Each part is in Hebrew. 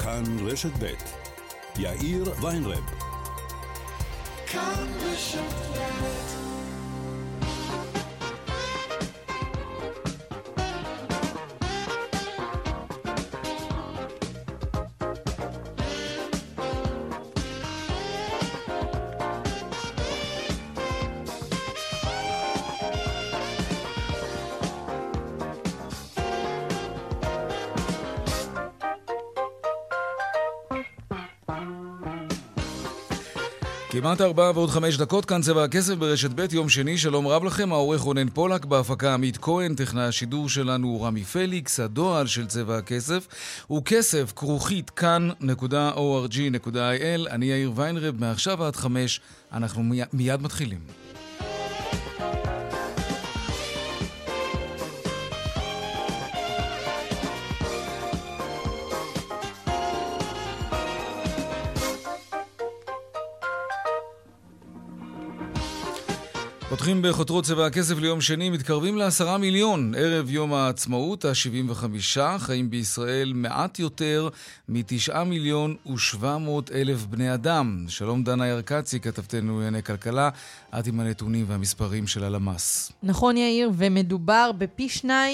כאן רשת ב' יאיר ויינרב. כאן רשת ב'. כמעט 4:05, כאן צבע הכסף ברשת ב' יום שני. שלום רב לכם, העורך רונן פולק, בהפקה עמית כהן, טכנאי השידור שלנו רמי פליקס. הדואל של צבע הכסף הוא כסף כרוכית כאן.org.il. אני יאיר ויינרב, מעכשיו עד 5 אנחנו מיד מתחילים. פותחים בחותרות צבע הכסף ליום שני, מתקרבים ל10 מיליון. ערב יום העצמאות ה-75, חיים בישראל מעט יותר מ9,700,000 בני אדם. שלום דנה ירקצי, כתבתנו לענייני כלכלה, את עם הנתונים והמספרים של הלמ"ס. נכון יאיר, ומדובר בפי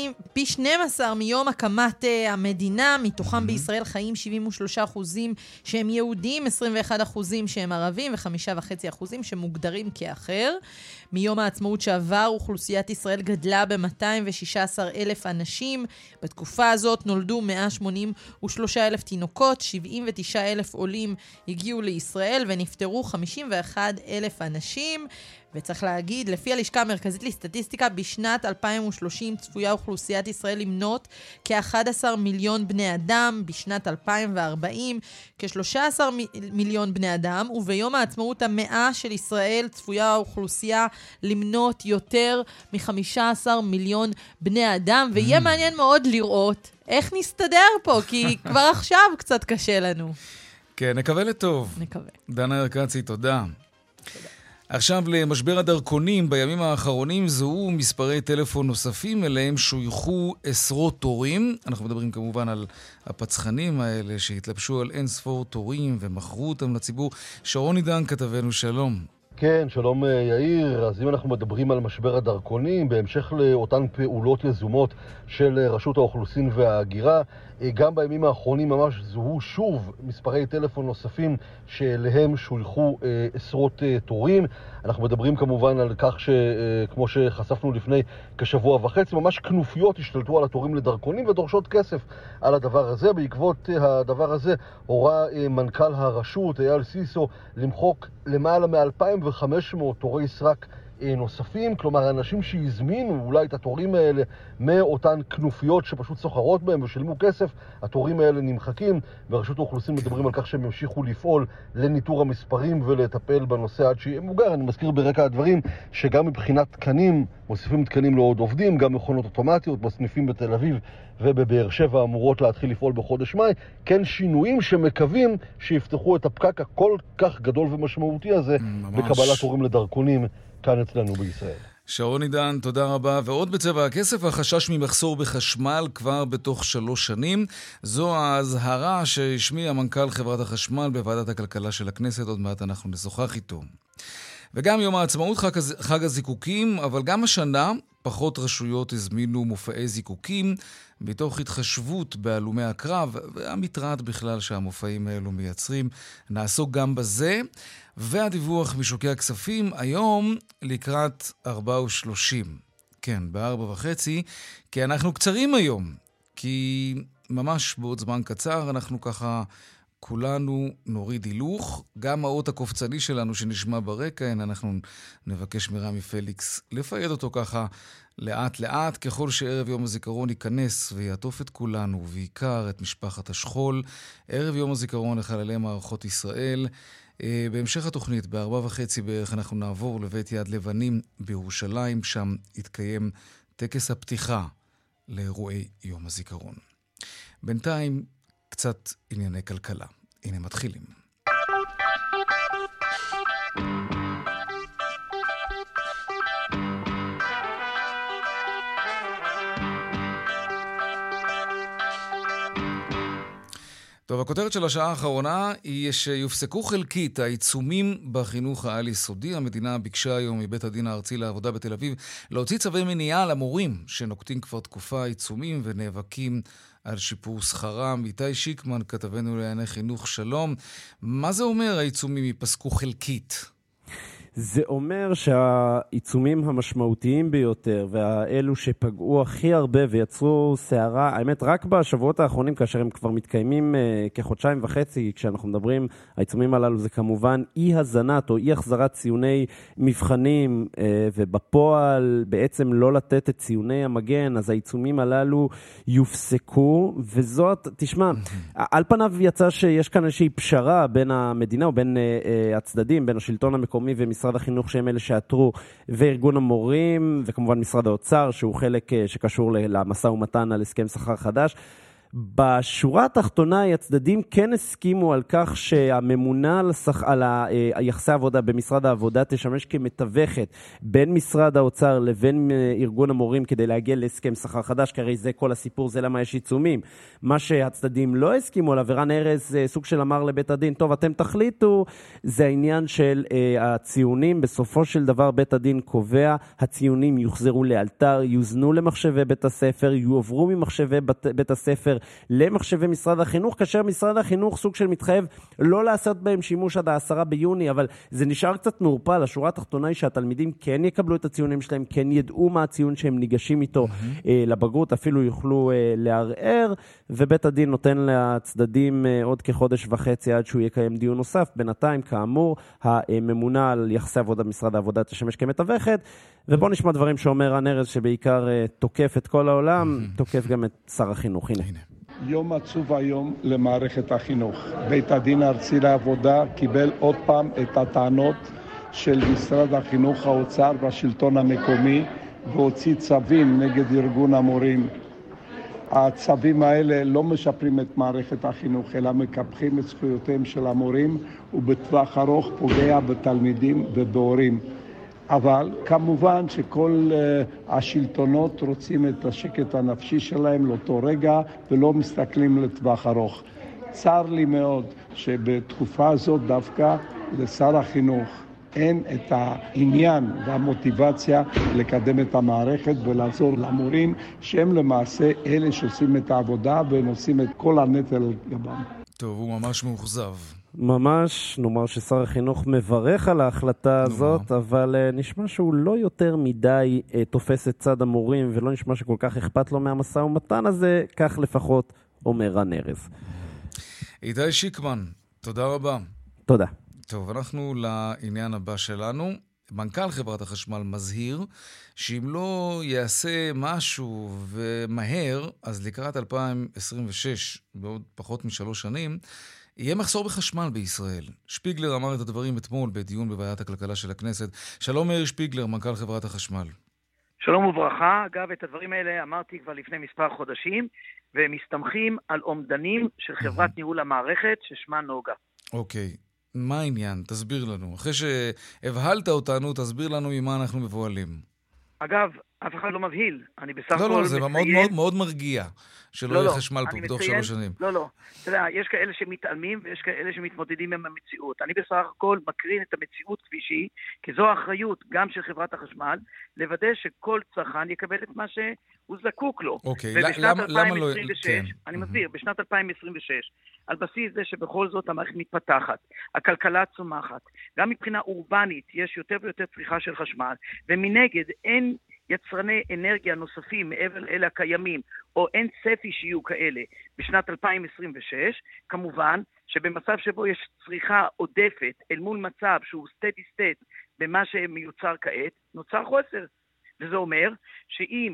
12 מיום הקמת המדינה, מתוכם בישראל חיים 73% שהם יהודים, 21% שהם ערבים ו5.5% שמוגדרים כאחר. מיום העצמאות שעבר, אוכלוסיית ישראל גדלה ב-216,000 אנשים. בתקופה הזאת נולדו 183,000 תינוקות, 79,000 עולים הגיעו לישראל ונפטרו 51,000 אנשים. וצריך להגיד, לפי הלשכה המרכזית לסטטיסטיקה, בשנת 2030 צפויה אוכלוסיית ישראל למנות כ-11 מיליון בני אדם, בשנת 2040 כ-13 מיליון בני אדם, וביום העצמאות המאה של ישראל צפויה האוכלוסייה למנות יותר מ-15 מיליון בני אדם, ויהיה מעניין מאוד לראות איך נסתדר פה, כי כבר עכשיו קצת קשה לנו. כן, נקווה לטוב. נקווה. דנה ירקצי, תודה. תודה. עכשיו למשבר הדרכונים. בימים האחרונים זוהו מספרי טלפון נוספים, אליהם שויכו עשרות תורים. אנחנו מדברים כמובן על הפצחנים האלה שהתלבשו על אין ספור תורים ומכרו אותם לציבור. שרון עידן, כתבנו, שלום. כן, שלום יאיר. אז אם אנחנו מדברים על משבר הדרכונים, בהמשך לאותן פעולות יזומות של רשות האוכלוסין וההגירה, גם בימים האחרונים ממש זוהו שוב מספרי טלפון נוספים שאליהם שויכו עשרות תורים. אנחנו מדברים כמובן על כך שכמו שחשפנו לפני כשבוע וחצי, ממש כנופיות השתלטו על התורים לדרכונים ודורשות כסף על הדבר הזה. בעקבות הדבר הזה הורה מנכ"ל הרשות, אייל סיסו, למחוק למעלה מ-2,500 תורי סרק נוספים, כלומר אנשים שהזמינו אולי את התורים האלה מאותן כנופיות שפשוט סוחרות בהם ושילמו כסף, התורים האלה נמחקים. ברשות האוכלוסין מדברים על כך שהם ימשיכו לפעול לניטור המספרים ולטפל בנושא עד שיהיה מוגר. אני מזכיר ברקע הדברים שגם מבחינת תקנים, מוסיפים תקנים לעוד עובדים, גם מכונות אוטומטיות בסניפים בתל אביב ובבאר שבע אמורות להתחיל לפעול בחודש מאי. כן, שינויים שמקווים שיפתחו את הפקק הכל כך גדול ומשמעותי הזה בקבלת תורים לדרכונים כאן אצלנו בישראל. שרון עידן, תודה רבה. ועוד בצבע הכסף, החשש ממחסור בחשמל כבר בתוך 3 שנים. זו ההזהרה שהשמיע מנכ"ל חברת החשמל בוועדת הכלכלה של הכנסת. עוד מעט אנחנו נשוחח איתו. וגם יום העצמאות, חג הזיקוקים, אבל גם השנה פחות רשויות הזמינו מופעי זיקוקים, מתוך התחשבות בהלומי הקרב, והמטרד בכלל שהמופעים האלו מייצרים. נעסוק גם בזה, והדיווח משוקי הכספים היום לקראת 4:30. כן, ב4:30, כי אנחנו קצרים היום, כי ממש בעוד זמן קצר אנחנו ככה כולנו נוריד הילוך. גם האות הקופצני שלנו שנשמע ברקע, אנחנו נבקש מרמי פליקס לפייד אותו ככה לאט לאט, ככל שערב יום הזיכרון ייכנס ויעטוף את כולנו, ועיקר את משפחת השכול. ערב יום הזיכרון לחללי מערכות ישראל. בהמשך התוכנית, ב4:30 בערך, אנחנו נעבור לבית יד לבנים בירושלים, שם יתקיים טקס הפתיחה לאירועי יום הזיכרון. בינתיים, קצת ענייני כלכלה. הנה מתחילים. טוב, הכותרת של השעה האחרונה היא שיופסקו חלקית העיצומים בחינוך העל-יסודי. המדינה ביקשה היום מבית הדין הארצי לעבודה בתל אביב להוציא צווי מניעה למורים שנוקטים כבר תקופה עיצומים ונאבקים על שיפור שכרם. איתי שיקמן, כתבנו לענייני חינוך, שלום. מה זה אומר העיצומים ייפסקו חלקית? זה אומר שהעיצומים המשמעותיים ביותר והאלו שפגעו הכי הרבה ויצרו סערה, האמת רק בשבועות האחרונים כאשר הם כבר מתקיימים כחודשיים וחצי, כשאנחנו מדברים, העיצומים הללו זה כמובן אי הזנת או אי החזרת ציוני מבחנים ובפועל בעצם לא לתת את ציוני המגן, אז העיצומים הללו יופסקו, וזאת, תשמע, על פניו יצא שיש כאן איזושהי פשרה בין המדינה או בין הצדדים, בין השלטון המקומי ומשרד החינוך שהם אלה שעתרו, וארגון המורים, וכמובן משרד האוצר, שהוא חלק שקשור למשא ומתן על הסכם שכר חדש. בשורה התחתונה, הצדדים כן הסכימו על כך שהממונה על יחסי העבודה במשרד העבודה תשמש כמתווכת בין משרד האוצר לבין ארגון המורים כדי להגיע להסכם שכר חדש, כי הרי זה כל הסיפור, זה למה יש עיצומים. מה שהצדדים לא הסכימו עליו, ורן ארז סוג של אמר לבית הדין, טוב, אתם תחליטו, זה העניין של הציונים. בסופו של דבר בית הדין קובע, הציונים יוחזרו לאלתר, יוזנו למחשבי בית הספר, יועברו ממחשבי בית הספר למחשבי משרד החינוך, כאשר משרד החינוך סוג של מתחייב לא לעשות בהם שימוש עד 10 ביוני, אבל זה נשאר קצת מעורפל. השורה התחתונה היא שהתלמידים כן יקבלו את הציונים שלהם, כן ידעו מה הציון שהם ניגשים איתו לבגרות, אפילו יוכלו לערער, ובית הדין נותן לצדדים עוד כחודש וחצי עד שהוא יקיים דיון נוסף. בינתיים, כאמור, הממונה על יחסי עבודה במשרד העבודה תשמש כמתווכת, ובוא נשמע דברים שאומר רן ארז, שבעיקר תוקף את כל העולם, תוקף גם את שר החינוך. הנה. יום עצוב היום למערכת החינוך. בית הדין הארצי לעבודה קיבל עוד פעם את הטענות של משרד החינוך, האוצר והשלטון המקומי, והוציא צווים נגד ארגון המורים. הצווים האלה לא משפרים את מערכת החינוך, אלא מקפחים את זכויותיהם של המורים, ובטווח ארוך פוגע בתלמידים ובהורים. אבל כמובן שכל השלטונות רוצים את השקט הנפשי שלהם לאותו רגע ולא מסתכלים לטווח ארוך. צר לי מאוד שבתקופה הזאת דווקא לשר החינוך אין את העניין והמוטיבציה לקדם את המערכת ולעזור למורים שהם למעשה אלה שעושים את העבודה ונושאים את כל הנטל על גבם. טוב, הוא ממש מאוכזב. ממש, נאמר ששר החינוך מברך על ההחלטה הזאת, אבל נשמע שהוא לא יותר מדי תופס את צד המורים, ולא נשמע שכל כך אכפת לו מהמשא ומתן הזה, כך לפחות אומר רן ארז. איתי שיקמן, תודה רבה. תודה. טוב, אנחנו לעניין הבא שלנו. מנכ"ל חברת החשמל מזהיר שאם לא יעשה משהו ומהר, אז לקראת 2026, בעוד פחות מ3 שנים, יהיה מחסור בחשמל בישראל. שפיגלר אמר את הדברים אתמול בדיון בוועדת הכלכלה של הכנסת. שלום מאיר שפיגלר, מנכ"ל חברת החשמל. שלום וברכה. אגב, את הדברים האלה אמרתי כבר לפני מספר חודשים, והם מסתמכים על אומדנים של חברת ניהול המערכת ששמה נוגה. אוקיי. מה העניין? תסביר לנו. אחרי שהבהלת אותנו, תסביר לנו ממה אנחנו מבועלים. אגב, אף אחד לא מבהיל. אני בסך הכל לא, זה מאוד מאוד מרגיע שלא יהיה חשמל פה בתוך 3 שנים. לא. אתה יודע, יש כאלה שמתעלמים ויש כאלה שמתמודדים עם המציאות. אני בסך הכל מקרין את המציאות כפי שהיא, כי זו האחריות גם של חברת החשמל, לוודא שכל צרכן יקבל את מה שהוא זקוק לו. אוקיי, למה לא... כן. אני מסביר, בשנת 2026, על בסיס זה שבכל זאת המערכת מתפתחת, הכלכלה צומחת, גם מבחינה אורבנית יש יותר ויותר צריכה של חשמל, ומנגד אין יצרני אנרגיה נוספים מעבר לאלה הקיימים, או אין צפי שיהיו כאלה בשנת 2026, כמובן שבמצב שבו יש צריכה עודפת אל מול מצב שהוא steady state במה שמיוצר כעת, נוצר חוסר. וזה אומר שאם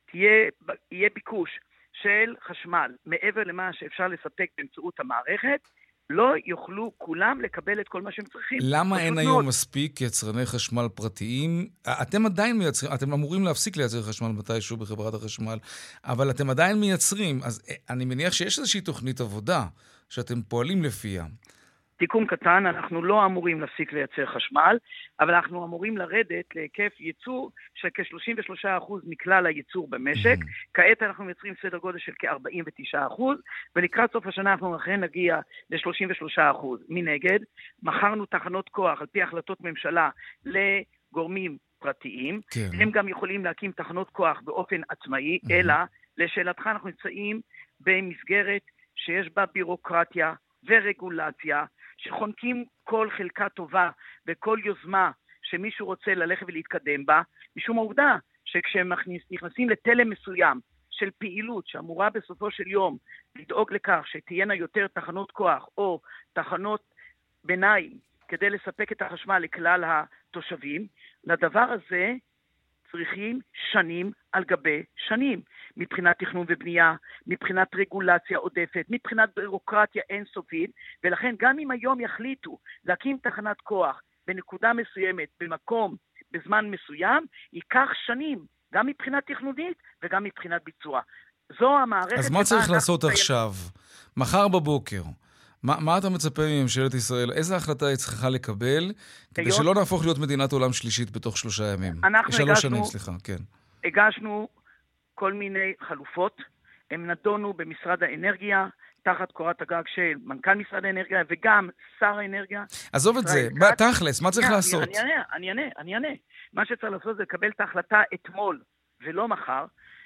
יהיה ביקוש של חשמל מעבר למה שאפשר לספק באמצעות המערכת, לא יוכלו כולם לקבל את כל מה שהם צריכים. למה אין היום מספיק יצרני חשמל פרטיים? אתם עדיין מייצרים, אתם אמורים להפסיק לייצר חשמל מתישהו בחברת החשמל, אבל אתם עדיין מייצרים, אז אני מניח שיש איזושהי תוכנית עבודה שאתם פועלים לפיה. תיקון קטן, אנחנו לא אמורים להפסיק לייצר חשמל, אבל אנחנו אמורים לרדת להיקף ייצור של כ-33% מכלל הייצור במשק. כעת אנחנו מייצרים סדר גודל של כ-49%, ולקראת סוף השנה אנחנו אכן נגיע ל-33%. מנגד, מכרנו תחנות כוח על פי החלטות ממשלה לגורמים פרטיים, כן. הם גם יכולים להקים תחנות כוח באופן עצמאי, אלא לשאלתך אנחנו נמצאים במסגרת שיש בה בירוקרטיה ורגולציה, שחונקים כל חלקה טובה וכל יוזמה שמישהו רוצה ללכת ולהתקדם בה, משום העובדה שכשהם נכנסים לתלם מסוים של פעילות שאמורה בסופו של יום לדאוג לכך שתהיינה יותר תחנות כוח או תחנות ביניים כדי לספק את החשמל לכלל התושבים, לדבר הזה צריכים שנים על גבי שנים, מבחינת תכנון ובנייה, מבחינת רגולציה עודפת, מבחינת בירוקרטיה אינסופית, ולכן גם אם היום יחליטו להקים תחנת כוח בנקודה מסוימת, במקום, בזמן מסוים, ייקח שנים, גם מבחינת תכנונית וגם מבחינת ביצוע. זו המערכת... אז מה צריך לעשות עכשיו? מחר בבוקר. מה אתה מצפה מממשלת ישראל? איזה החלטה היא צריכה לקבל כדי שלא נהפוך להיות מדינת עולם שלישית בתוך 3 ימים? 3 שנים, סליחה, כן. הגשנו כל מיני חלופות, הם נדונו במשרד האנרגיה, תחת קורת הגג של מנכ"ל משרד האנרגיה וגם שר האנרגיה. עזוב את זה, תכלס, מה צריך לעשות? אני אענה. מה שצריך לעשות זה לקבל את ההחלטה אתמול ולא מחר,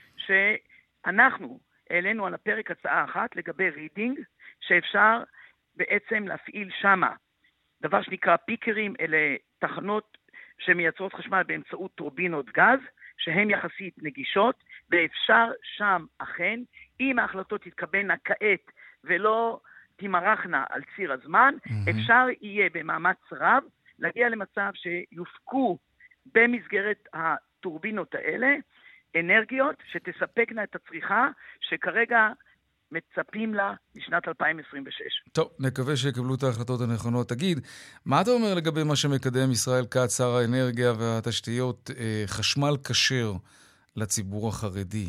שאנחנו העלינו על הפרק הצעה אחת לגבי רידינג, שאפשר בעצם להפעיל שמה דבר שנקרא פיקרים, אלה תחנות שמייצרות חשמל באמצעות טורבינות גז, שהן יחסית נגישות, ואפשר שם אכן, אם ההחלטות תתקבלנה כעת ולא תמרחנה על ציר הזמן, אפשר יהיה במאמץ רב להגיע למצב שיופקו במסגרת הטורבינות האלה אנרגיות שתספקנה את הצריכה שכרגע מצפים לה לשנת 2026. טוב, נקווה שיקבלו את ההחלטות הנכונות. תגיד, מה אתה אומר לגבי מה שמקדם ישראל כץ, שר האנרגיה והתשתיות, חשמל כשר לציבור החרדי?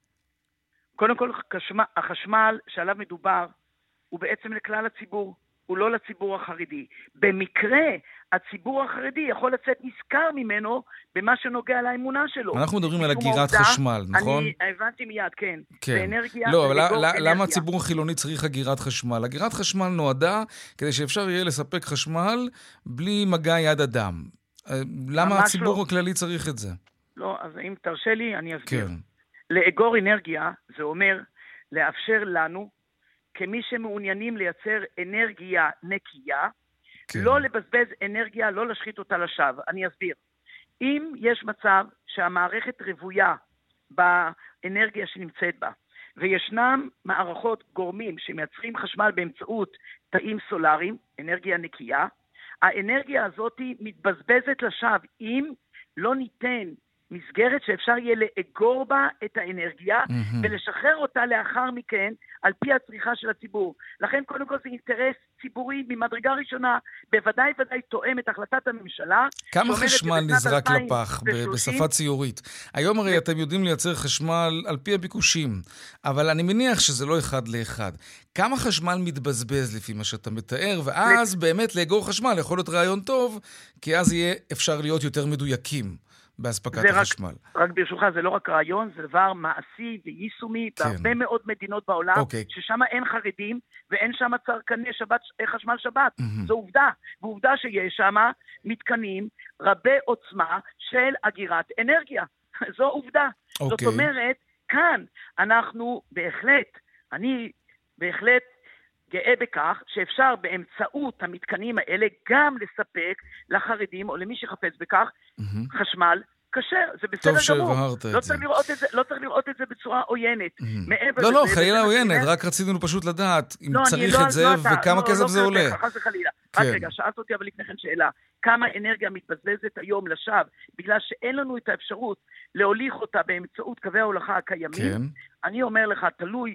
קודם כל, החשמל שעליו מדובר הוא בעצם לכלל הציבור, הוא לא לציבור החרדי. במקרה, הציבור החרדי יכול לצאת נזכר ממנו במה שנוגע לאמונה שלו. אנחנו מדברים על הגירת חשמל, נכון? אני הבנתי מיד, כן. לא, אבל למה הציבור החילוני צריך הגירת חשמל? הגירת חשמל נועדה כדי שאפשר יהיה לספק חשמל בלי מגע יד אדם. למה הציבור הכללי צריך את זה? לא, אז אם תרשה לי, אני אסביר. כן. לאגור אנרגיה, זה אומר לאפשר לנו, כמי שמעוניינים לייצר אנרגיה נקייה, כן. לא לבזבז אנרגיה, לא להשחית אותה לשווא. אני אסביר. אם יש מצב שהמערכת רבויה באנרגיה שנמצאת בה, וישנם מערכות גורמים שמייצרים חשמל באמצעות תאים סולריים, אנרגיה נקייה, האנרגיה הזאת מתבזבזת לשווא אם לא ניתן מסגרת שאפשר יהיה לאגור בה את האנרגיה ולשחרר אותה לאחר מכן על פי הצריכה של הציבור. לכן קודם כל זה אינטרס ציבורי ממדרגה ראשונה, בוודאי תואם את החלטת הממשלה. כמה חשמל נזרק לפח בשפה ציורית? היום הרי אתם יודעים לייצר חשמל על פי הביקושים, אבל אני מניח שזה לא אחד לאחד. כמה חשמל מתבזבז לפי מה שאתה מתאר, ואז באמת לאגור חשמל יכול להיות רעיון טוב, כי אז יהיה אפשר להיות יותר מדויקים בהספקת החשמל. רק ברשותך, זה לא רק רעיון, זה דבר מעשי ויישומי בהרבה מאוד מדינות בעולם, ששם אין חרדים ואין שם צרכני חשמל שבת. זו עובדה. ועובדה שיש שם מתקנים רבי עוצמה של אגירת אנרגיה. זו עובדה. זאת אומרת, כאן אנחנו אני בהחלט גאה בכך שאפשר באמצעות המתקנים האלה גם לספק לחרדים או למי שחפץ בכך חשמל כשר. זה בסדר גמור. לא צריך לראות את זה בצורה עוינת. לא, חלילה עוינת, רק רצינו פשוט לדעת אם צריך את זה וכמה כסף זה עולה. חס וחלילה. רק רגע, שאלת אותי אבל לפני כן שאלה, כמה אנרגיה מתבזבזת היום לשווא, בגלל שאין לנו את האפשרות להוליך אותה באמצעות קווי ההולכה הקיימים, אני אומר לך, תלוי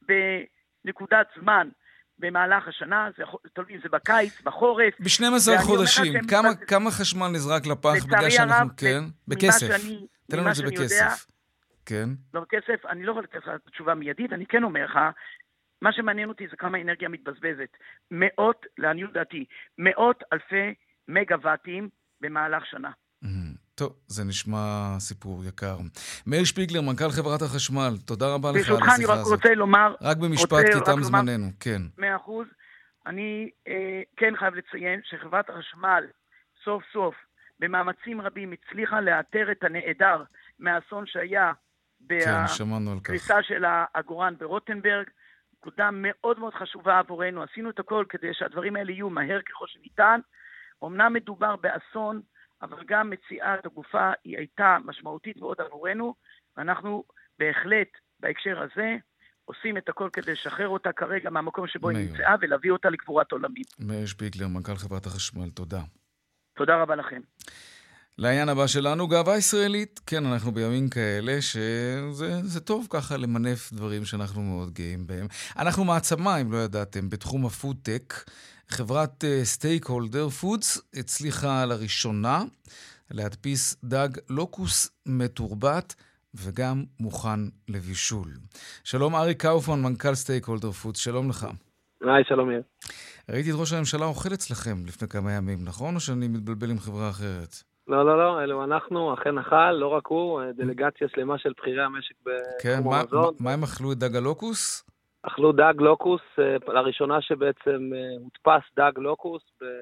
בנקודת זמן, במהלך השנה, זה תלוי אם זה בקיץ, בחורף. ב-12 חודשים, כמה חשמל נזרק לפח בגלל שאנחנו, כן? בכסף. תן לנו את זה בכסף. כן. לא בכסף, אני לא יכול לתת לך תשובה מיידית, אני כן אומר לך, מה שמעניין אותי זה כמה אנרגיה מתבזבזת. לעניות דעתי, מאות אלפי מגוואטים במהלך שנה. טוב, זה נשמע סיפור יקר. מאיר שפיגלר, מנכ"ל חברת החשמל, תודה רבה לך על השיחה הזאת. ברשותך, אני רק רוצה לומר... רק במשפט, כי תם זמננו, כן. 100%. אני כן חייב לציין שחברת החשמל סוף סוף במאמצים רבים הצליחה לאתר את הנעדר מהאסון שהיה בקריסה של העגורן ברוטנברג. נקודה מאוד מאוד חשובה עבורנו. עשינו את הכל כדי שהדברים האלה יהיו מהר ככל שניתן. אמנם מדובר באסון, אבל גם מציאת הגופה היא הייתה משמעותית מאוד עבורנו, ואנחנו בהחלט בהקשר הזה עושים את הכל כדי לשחרר אותה כרגע מהמקום שבו היא נמצאה ולהביא אותה לקבורת עולמית. מאיר שפיגלר, מנכ"ל חברת החשמל, תודה. תודה רבה לכם. לעניין הבא שלנו, גאווה ישראלית. כן, אנחנו בימים כאלה שזה טוב ככה למנף דברים שאנחנו מאוד גאים בהם. אנחנו מעצמה, אם לא ידעתם, בתחום הפודטק. חברת סטייקהולדר פודס הצליחה לראשונה להדפיס דג לוקוס מתורבת וגם מוכן לבישול. שלום ארי קאופמן, מנכ"ל סטייקהולדר פודס, שלום לך. היי, שלום יאיר. ראיתי את ראש הממשלה אוכל אצלכם לפני כמה ימים, נכון? או שאני מתבלבל עם חברה אחרת? לא, אלו אנחנו, אכן אכל, לא רק הוא, דלגציה שלמה של בחירי המשק בתחום המזון. מה הם אכלו את דג הלוקוס? אכלו דג לוקוס, לראשונה שבעצם הודפס דג לוקוס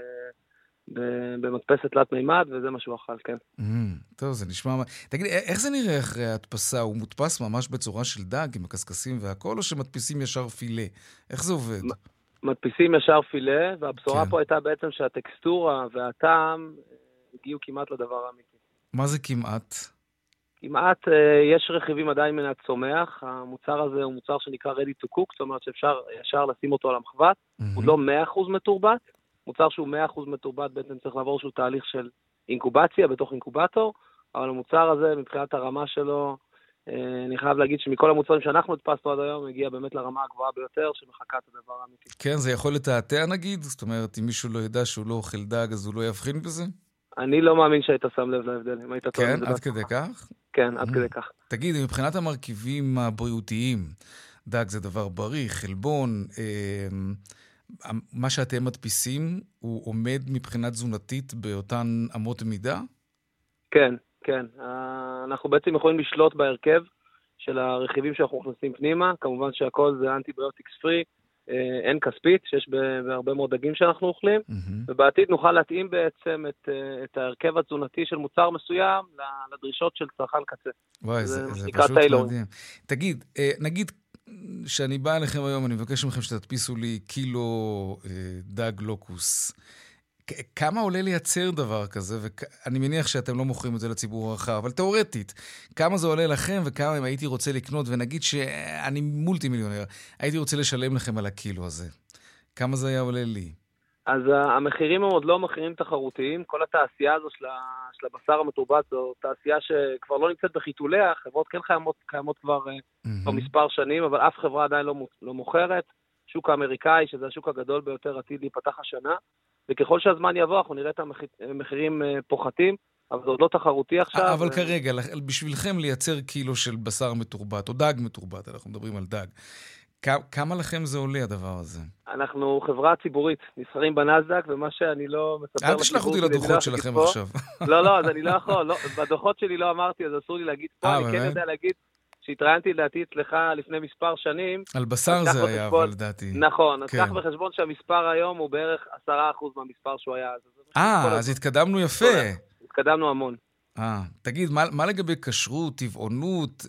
במדפסת תלת מימד, וזה מה שהוא אכל, כן. טוב, זה נשמע... תגיד, איך זה נראה אחרי ההדפסה? הוא מודפס ממש בצורה של דג, עם הקסקסים והכל, או שמדפיסים ישר פילה? איך זה עובד? מדפיסים ישר פילה, והבשורה פה הייתה בעצם שהטקסטורה והטעם הגיעו כמעט לדבר האמיתי. מה זה כמעט? כמעט יש רכיבים עדיין מן הצומח. המוצר הזה הוא מוצר שנקרא ready to cook, זאת אומרת שאפשר ישר לשים אותו על המחבת. הוא לא 100% מתורבת. מוצר שהוא 100% מתורבת בעצם צריך לעבור שהוא תהליך של אינקובציה בתוך אינקובטור, אבל המוצר הזה מבחינת הרמה שלו, אני חייב להגיד שמכל המוצרים שאנחנו הדפסנו עד היום, הגיע באמת לרמה הגבוהה ביותר שמחכה את הדבר האמיתי. כן, זה יכול לתעתע נגיד? זאת אומרת, אם מישהו לא ידע שהוא לא אוכל דג, אז הוא לא יבחין בזה? אני לא מאמין שהיית שם לב להבדל. כן, עד כדי כך? כן, עד כדי כך. תגיד, מבחינת המרכיבים הבריאותיים, דג זה דבר בריא, חלבון, מה שאתם מדפיסים, הוא עומד מבחינה תזונתית באותן אמות מידה? כן, כן. אנחנו בעצם יכולים לשלוט בהרכב של הרכיבים שאנחנו מכניסים פנימה. כמובן שהכל זה אנטיביוטיקס פרי, אין כספית, שיש בהרבה מאוד דגים שאנחנו אוכלים, ובעתיד נוכל להתאים בעצם את ההרכב התזונתי של מוצר מסוים לדרישות של צרכן קצה. וואי, זה פשוט מדהים. תגיד, נגיד שאני בא אליכם היום, אני מבקש מכם שתדפיסו לי קילו דג לוקוס. כמה עולה לייצר דבר כזה? ואני מניח שאתם לא מוכרים את זה לציבור הרחב, אבל תיאורטית, כמה זה עולה לכם וכמה אם הייתי רוצה לקנות, ונגיד שאני מולטי מיליונר, הייתי רוצה לשלם לכם על הקילו הזה. כמה זה היה עולה לי? אז המחירים הם עוד לא מחירים תחרותיים. כל התעשייה הזו של הבשר המתורבת זו תעשייה שכבר לא נמצאת בחיתוליה. חברות כן קיימות כבר מספר שנים, אבל אף חברה עדיין לא מוכרת. שוק האמריקאי, שזה השוק הגדול ביותר, עתיד להיפתח השנה. וככל שהזמן יבוא, אנחנו נראה את המחירים פוחתים, אבל זה עוד לא תחרותי עכשיו. אבל כרגע, בשבילכם לייצר קילו של בשר מתורבת, או דג מתורבת, אנחנו מדברים על דג. כמה לכם זה עולה הדבר הזה? אנחנו חברה ציבורית, נסחרים בנסדק, ומה שאני לא מספר... אל תשלח אותי לדוחות שלכם עכשיו. לא, אז אני לא יכול. בדוחות שלי לא אמרתי, אז אסור לי להגיד פה. אני כן יודע להגיד שהתראיינתי לדעתי אצלך לפני מספר שנים. על בשר זה היה, אבל לדעתי. נכון, אז קח בחשבון שהמספר היום הוא בערך 10% מהמספר שהוא היה. אז התקדמנו יפה. התקדמנו המון. תגיד, מה לגבי כשרות, טבעונות,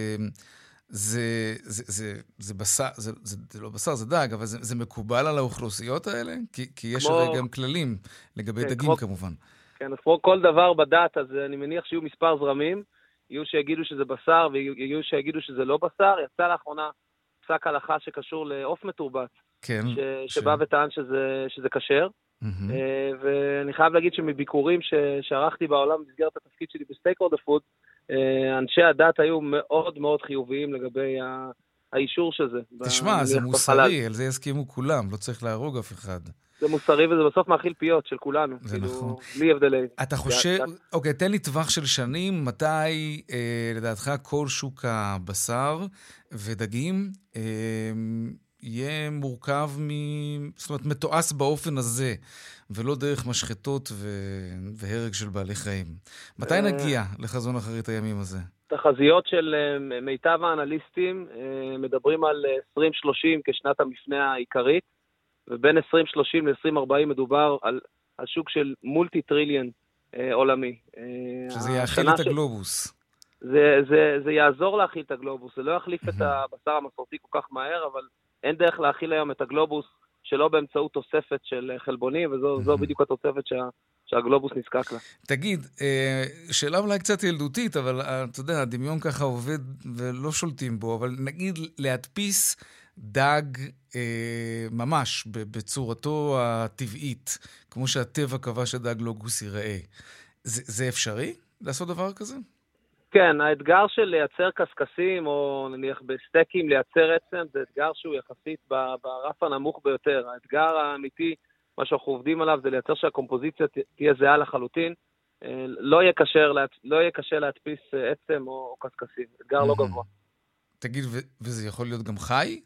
זה בשר, זה לא בשר, זה דג, אבל זה מקובל על האוכלוסיות האלה? כי יש הרי גם כללים לגבי דגים כמובן. כן, אז כל דבר בדת, אז אני מניח שיהיו מספר זרמים, יהיו שיגידו שזה בשר ויהיו שיגידו שזה לא בשר. יצא לאחרונה פסק הלכה שקשור לעוף מתורבת, שבא וטען שזה כשר. ואני חייב להגיד שמביקורים שערכתי בעולם במסגרת התפקיד שלי בסטייקהולדר פוד, אנשי הדת היו מאוד מאוד חיוביים לגבי האישור של זה. תשמע, זה מוסרי, על זה יסכימו כולם, לא צריך להרוג אף אחד. זה מוסרי וזה בסוף מאכיל פיות של כולנו. זה נכון. בלי הבדלי. אתה חושב, אוקיי, תן לי טווח של שנים, מתי לדעתך כל שוק הבשר ודגים יהיה מורכב זאת אומרת, מתועש באופן הזה, ולא דרך משחטות והרג של בעלי חיים. מתי נגיע לחזון אחרית הימים הזה? תחזיות של מיטב האנליסטים מדברים על 2030 כשנת המפנה העיקרית, ובין 2030 ל-2040 מדובר על שוק של מולטי-טריליאן עולמי. שזה יאכיל את הגלובוס. זה יעזור להאכיל את הגלובוס, זה לא יחליף את הבשר המסורתי כל כך מהר, אבל אין דרך להאכיל היום את הגלובוס שלא באמצעות תוספת של חלבונים, וזו בדיוק התוספת שהגלובוס נזקק לה. תגיד, שאלה אולי קצת ילדותית, אבל אתה יודע, הדמיון ככה עובד ולא שולטים בו, אבל נגיד להדפיס דג ממש בצורתו הטבעית, כמו שהטבע קבע שדג לוגוס ייראה. זה אפשרי לעשות דבר כזה? כן, האתגר של לייצר קסקסים, או נניח בסטייקים לייצר עצם, זה אתגר שהוא יחסית ברף הנמוך ביותר. האתגר האמיתי, מה שאנחנו עובדים עליו, זה לייצר שהקומפוזיציה תהיה זהה לחלוטין. לא יהיה קשה להדפיס עצם או קסקסים. אתגר לא גבוה. תגיד, וזה יכול להיות גם חי?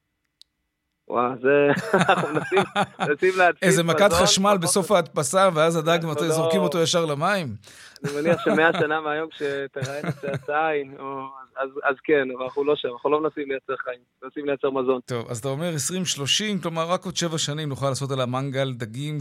וואו, אנחנו מנסים להדפיס. איזה מכת חשמל בסוף ההדפסה, ואז הדג זורקים אותו ישר למים? אני מניח ש100 שנה מהיום כשתראה את הצעה, אז כן, אבל אנחנו לא שם, אנחנו לא מנסים לייצר חיים, מנסים לייצר מזון. טוב, אז אתה אומר 2030, כלומר רק עוד 7 שנים נוכל לעשות על המנגל דגים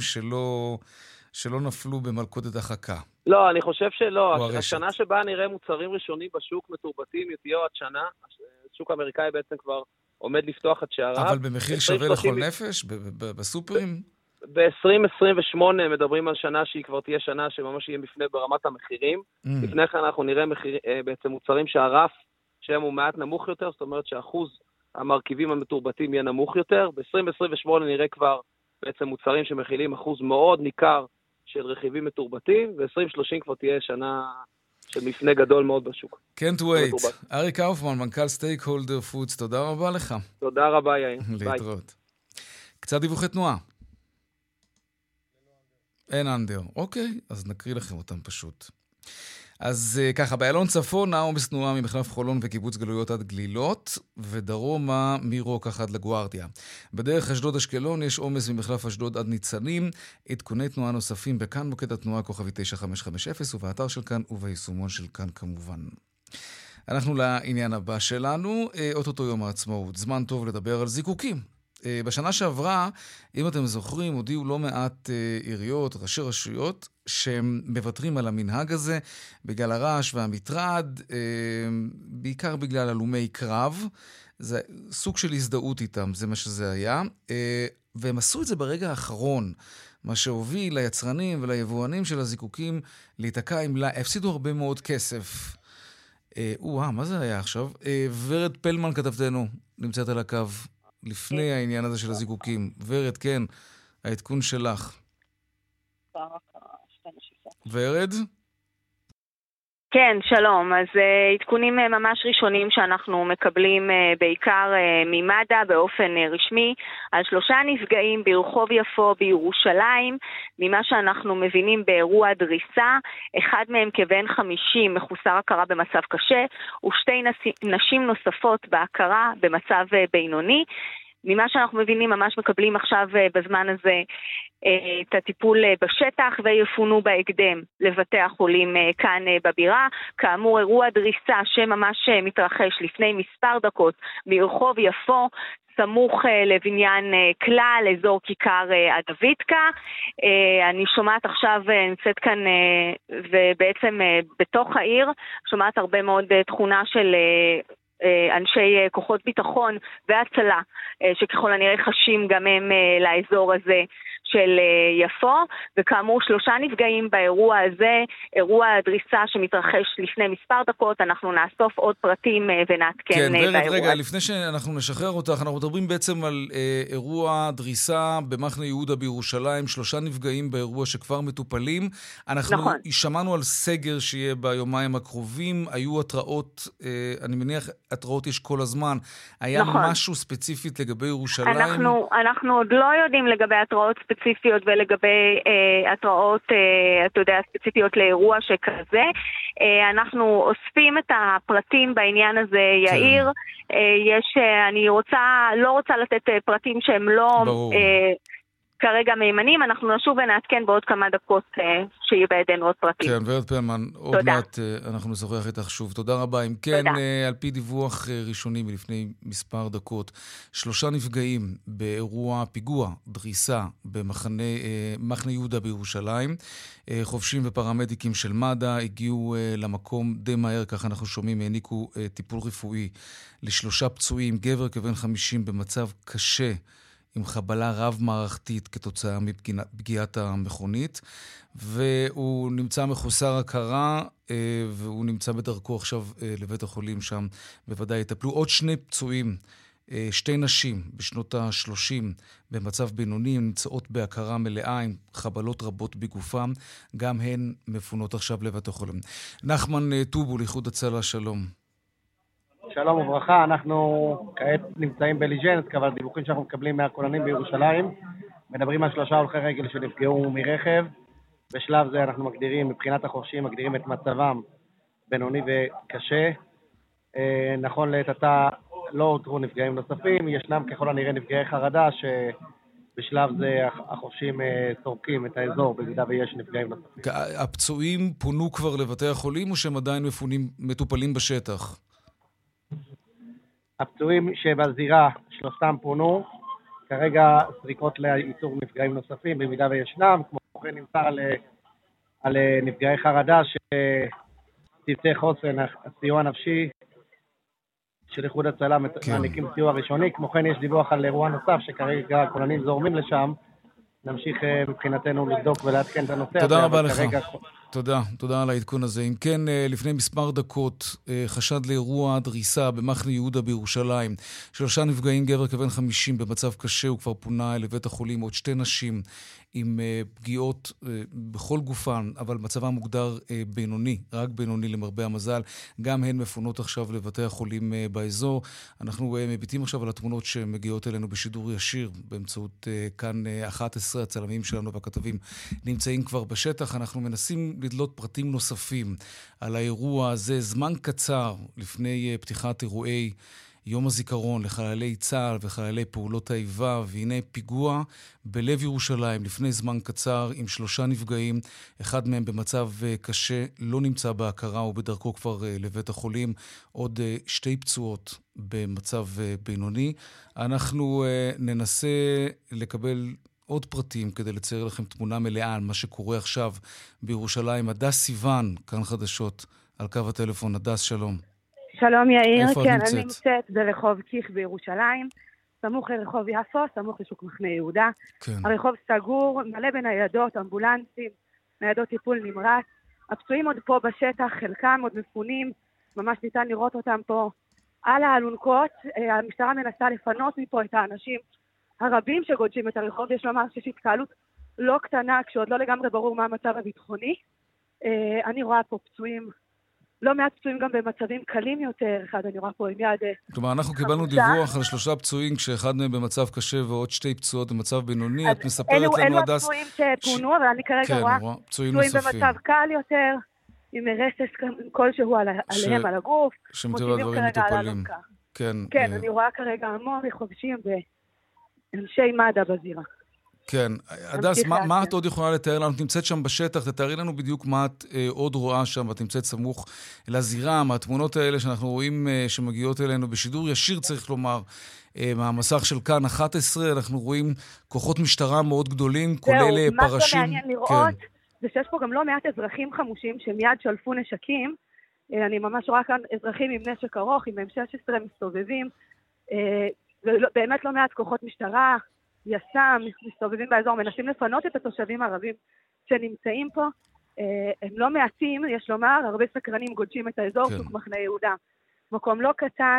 שלא נפלו במלכודת החכה. לא, אני חושב שלא. השנה שבה נראה מוצרים ראשונים בשוק מתורבתים, תהיה עוד שנה. השוק האמריקאי בעצם כבר עומד לפתוח את שעריו. אבל במחיר שווה לכל נפש? בסופרים? ב-2028 מדברים על שנה שהיא כבר תהיה שנה שממש יהיה מפנה ברמת המחירים. לפני כן אנחנו נראה בעצם מוצרים שהרף שהם הוא מעט נמוך יותר, זאת אומרת שאחוז המרכיבים המתורבתים יהיה נמוך יותר. ב-2028 נראה כבר בעצם מוצרים שמכילים אחוז מאוד ניכר של רכיבים מתורבתים, ו-2030 כבר תהיה שנה של מפנה גדול מאוד בשוק. Can't wait. אריק קאופמן, מנכ"ל סטייקהולדר פודס, תודה רבה לך. תודה רבה, יאיר. להתראות. קצת דיווחי תנועה. אין אנדר. אוקיי, אז נקריא לכם אותם פשוט. אז ככה, באיילון צפון, עומס תנועה ממחלף חולון וקיבוץ גלויות עד גלילות, ודרומה מרוקח עד לגוארדיה. בדרך אשדוד אשקלון יש עומס ממחלף אשדוד עד ניצנים, עדכוני תנועה נוספים בכאן מוקד התנועה כוכבי 9550, ובאתר של כאן וביישומון של כאן כמובן. אנחנו לעניין הבא שלנו, אוטוטו יום העצמאות, זמן טוב לדבר על זיקוקים. בשנה שעברה, אם אתם זוכרים, הודיעו לא מעט עיריות, ראשי רשויות, שהם מוותרים על המנהג הזה בגלל הרעש והמטרד, בעיקר בגלל הלומי קרב. זה סוג של הזדהות איתם, זה מה שזה היה. והם עשו את זה ברגע האחרון, מה שהוביל ליצרנים וליבואנים של הזיקוקים להתקע עם הפסידו הרבה מאוד כסף. מה זה היה עכשיו? ורד פלמן כתבתנו, נמצאת על הקו. לפני העניין הזה של הזיקוקים. ורד, כן, העדכון שלך. ורד? כן, שלום. אז עדכונים ממש ראשונים שאנחנו מקבלים בעיקר ממד"א באופן רשמי, על 3 נפגעים ברחוב יפו בירושלים, ממה שאנחנו מבינים באירוע דריסה, אחד מהם כבן 50 מחוסר הכרה במצב קשה, ו2 נשים נוספות בהכרה במצב בינוני. ממה שאנחנו מבינים, ממש מקבלים עכשיו בזמן הזה את הטיפול בשטח, ויפונו בהקדם לבתי החולים כאן בבירה. כאמור, אירוע דריסה שממש מתרחש לפני מספר דקות ברחוב יפו, סמוך לבניין כלל, אזור כיכר הדוידקה. אני שומעת עכשיו, נמצאת כאן, ובעצם בתוך העיר, שומעת הרבה מאוד תכונה של אנשי כוחות ביטחון והצלה, שככל הנראה חשים גם הם לאזור הזה של יפו, וכאמור 3 נפגעים באירוע הזה, אירוע דריסה שמתרחש לפני מספר דקות. אנחנו נאסוף עוד פרטים ונעדכן באירוע. כן, רגע, לפני שאנחנו נשחרר אותך, אנחנו מדברים בעצם על אירוע דריסה במחנה יהודה בירושלים, 3 נפגעים באירוע שכבר מטופלים. אנחנו שמענו על סגר שיהיה ביומיים הקרובים, היו התראות, אני מניח התראות יש כל הזמן. היה משהו ספציפית לגבי ירושלים? אנחנו עוד לא יודעים לגבי התראות ספציפית ספציפיות ולגבי התראות, אתה יודע, ספציפיות לאירוע שכזה. אנחנו אוספים את הפרטים בעניין הזה, יאיר. אני לא רוצה לתת פרטים שהם לא כרגע מימנים, אנחנו נשוב ונעדכן בעוד כמה דקות שיהיה בידינו עוד פרטים. כן, ורד פלמן, עוד מעט אנחנו נשוחח איתך שוב. תודה רבה. אם כן, על פי דיווח ראשוני מלפני מספר דקות, 3 נפגעים באירוע פיגוע דריסה במחנה יהודה בירושלים. חובשים ופרמדיקים של מד"א הגיעו למקום די מהר, כך אנחנו שומעים, העניקו טיפול רפואי ל3 פצועים, גבר כבן 50 במצב קשה, עם חבלה רב-מערכתית כתוצאה מפגיעת המכונית, והוא נמצא מחוסר הכרה, והוא נמצא בדרכו עכשיו לבית החולים שם, בוודאי יטפלו. עוד 2 פצועים, 2 נשים בשנות ה-30 במצב בינוני, נמצאות בהכרה מלאה עם חבלות רבות בגופם, גם הן מפונות עכשיו לבית החולים. נחמן טובול, איחוד הצלה, שלום. שלום וברכה, אנחנו כעת נמצאים בליז'נסק, אבל דיווחים שאנחנו מקבלים מהכוננים בירושלים, מדברים על 3 הולכי רגל שנפגעו מרכב. בשלב זה אנחנו מגדירים, מבחינת החורשים, מגדירים את מצבם בינוני וקשה. נכון לעת עתה לא אותרו נפגעים נוספים, ישנם ככל הנראה נפגעי חרדה שבשלב זה החורשים סורקים את האזור במידה ויש נפגעים נוספים. הפצועים פונו כבר לבתי החולים או שהם עדיין מטופלים בשטח? הפצועים שבזירה 3 פונו, כרגע סריקות לאיתור נפגעים נוספים במידה וישנם, כמו כן נמצא על נפגעי חרדה שצוותי חוסן, הסיוע הנפשי של איחוד הצלה מעניקים סיוע ראשוני, כמו כן יש דיווח על אירוע נוסף שכרגע הכוננים זורמים לשם, נמשיך מבחינתנו לבדוק ולעדכן את הנושא. תודה רבה לך. תודה על העדכון הזה. אם כן, לפני מספר דקות, חשד לאירוע דריסה במחנה יהודה בירושלים. 3 נפגעים, גבר כבן 50 במצב קשה, הוא כבר פונה לבית החולים. עוד 2 נשים עם פגיעות בכל גופן, אבל מצבם מוגדר בינוני, רק בינוני למרבה המזל. גם הן מפונות עכשיו לבתי החולים באזור. אנחנו מביטים עכשיו על התמונות שמגיעות אלינו בשידור ישיר, באמצעות כאן 11, הצלמים שלנו והכתבים נמצאים כבר בשטח. אנחנו מנסים לדלות פרטים נוספים על האירוע הזה, זמן קצר לפני פתיחת אירועי יום הזיכרון לחללי צה"ל וחללי פעולות האיבה, והנה פיגוע בלב ירושלים לפני זמן קצר עם 3 נפגעים, אחד מהם במצב קשה, לא נמצא בהכרה ובדרכו כבר לבית החולים, עוד 2 פצועות במצב בינוני. אנחנו ננסה לקבל עוד פרטים כדי לצייר לכם תמונה מלאה על מה שקורה עכשיו בירושלים. הדס סיוון, כאן חדשות, על קו הטלפון. הדס, שלום. שלום יאיר, כן, אני נמצאת ברחוב קיך בירושלים, סמוך לרחוב יפו, סמוך לשוק מחנה יהודה. כן. הרחוב סגור, מלא בניידות, אמבולנסים, ניידות טיפול נמרץ. הפצועים עוד פה בשטח, חלקם עוד מפונים, ממש ניתן לראות אותם פה על האלונקות. המשטרה מנסה לפנות מפה את האנשים הרבים שגודשים את הרחוב. יש לומר שיש התקהלות לא קטנה, כשעוד לא לגמרי ברור מה המצב הביטחוני. אני רואה פה פצועים, לא מעט פצועים גם במצבים קלים יותר, אחד אני רואה פה עם יד. כלומר, אנחנו קיבלנו דיווח על 3 פצועים, כשאחד מהם במצב קשה ועוד 2 פצועות במצב בינוני. את מספרת לנו, הדס... אלו הפצועים שפונו, אבל אני כרגע רואה פצועים במצב קל יותר, עם רסס כלשהו עליהם, על הגוף. שמטבע הדברים מטופלים. כן, אני רואה כרגע המון חובשים ואנשי מד"א בזירה. כן. הדס, מה את עוד יכולה לתאר לנו? את נמצאת שם בשטח, תתארי לנו בדיוק מה את עוד רואה שם, ואת נמצאת סמוך לזירה, מהתמונות האלה שאנחנו רואים שמגיעות אלינו בשידור ישיר, צריך לומר, מהמסך של כאן 11, אנחנו רואים כוחות משטרה מאוד גדולים, כולל פרשים. מה שמעניין לראות, זה שיש פה גם לא מעט אזרחים חמושים שמיד שלפו נשקים, אני ממש רואה כאן אזרחים עם נשק ארוך, עם M16 מסתובבים, ובאמת לא מעט כוחות משטרה, יס"מ, מסתובבים באזור, מנסים לפנות את התושבים הערבים שנמצאים פה. הם לא מעטים, יש לומר, הרבה סקרנים גודשים את האזור, סוג מחנה יהודה. מקום לא קטן,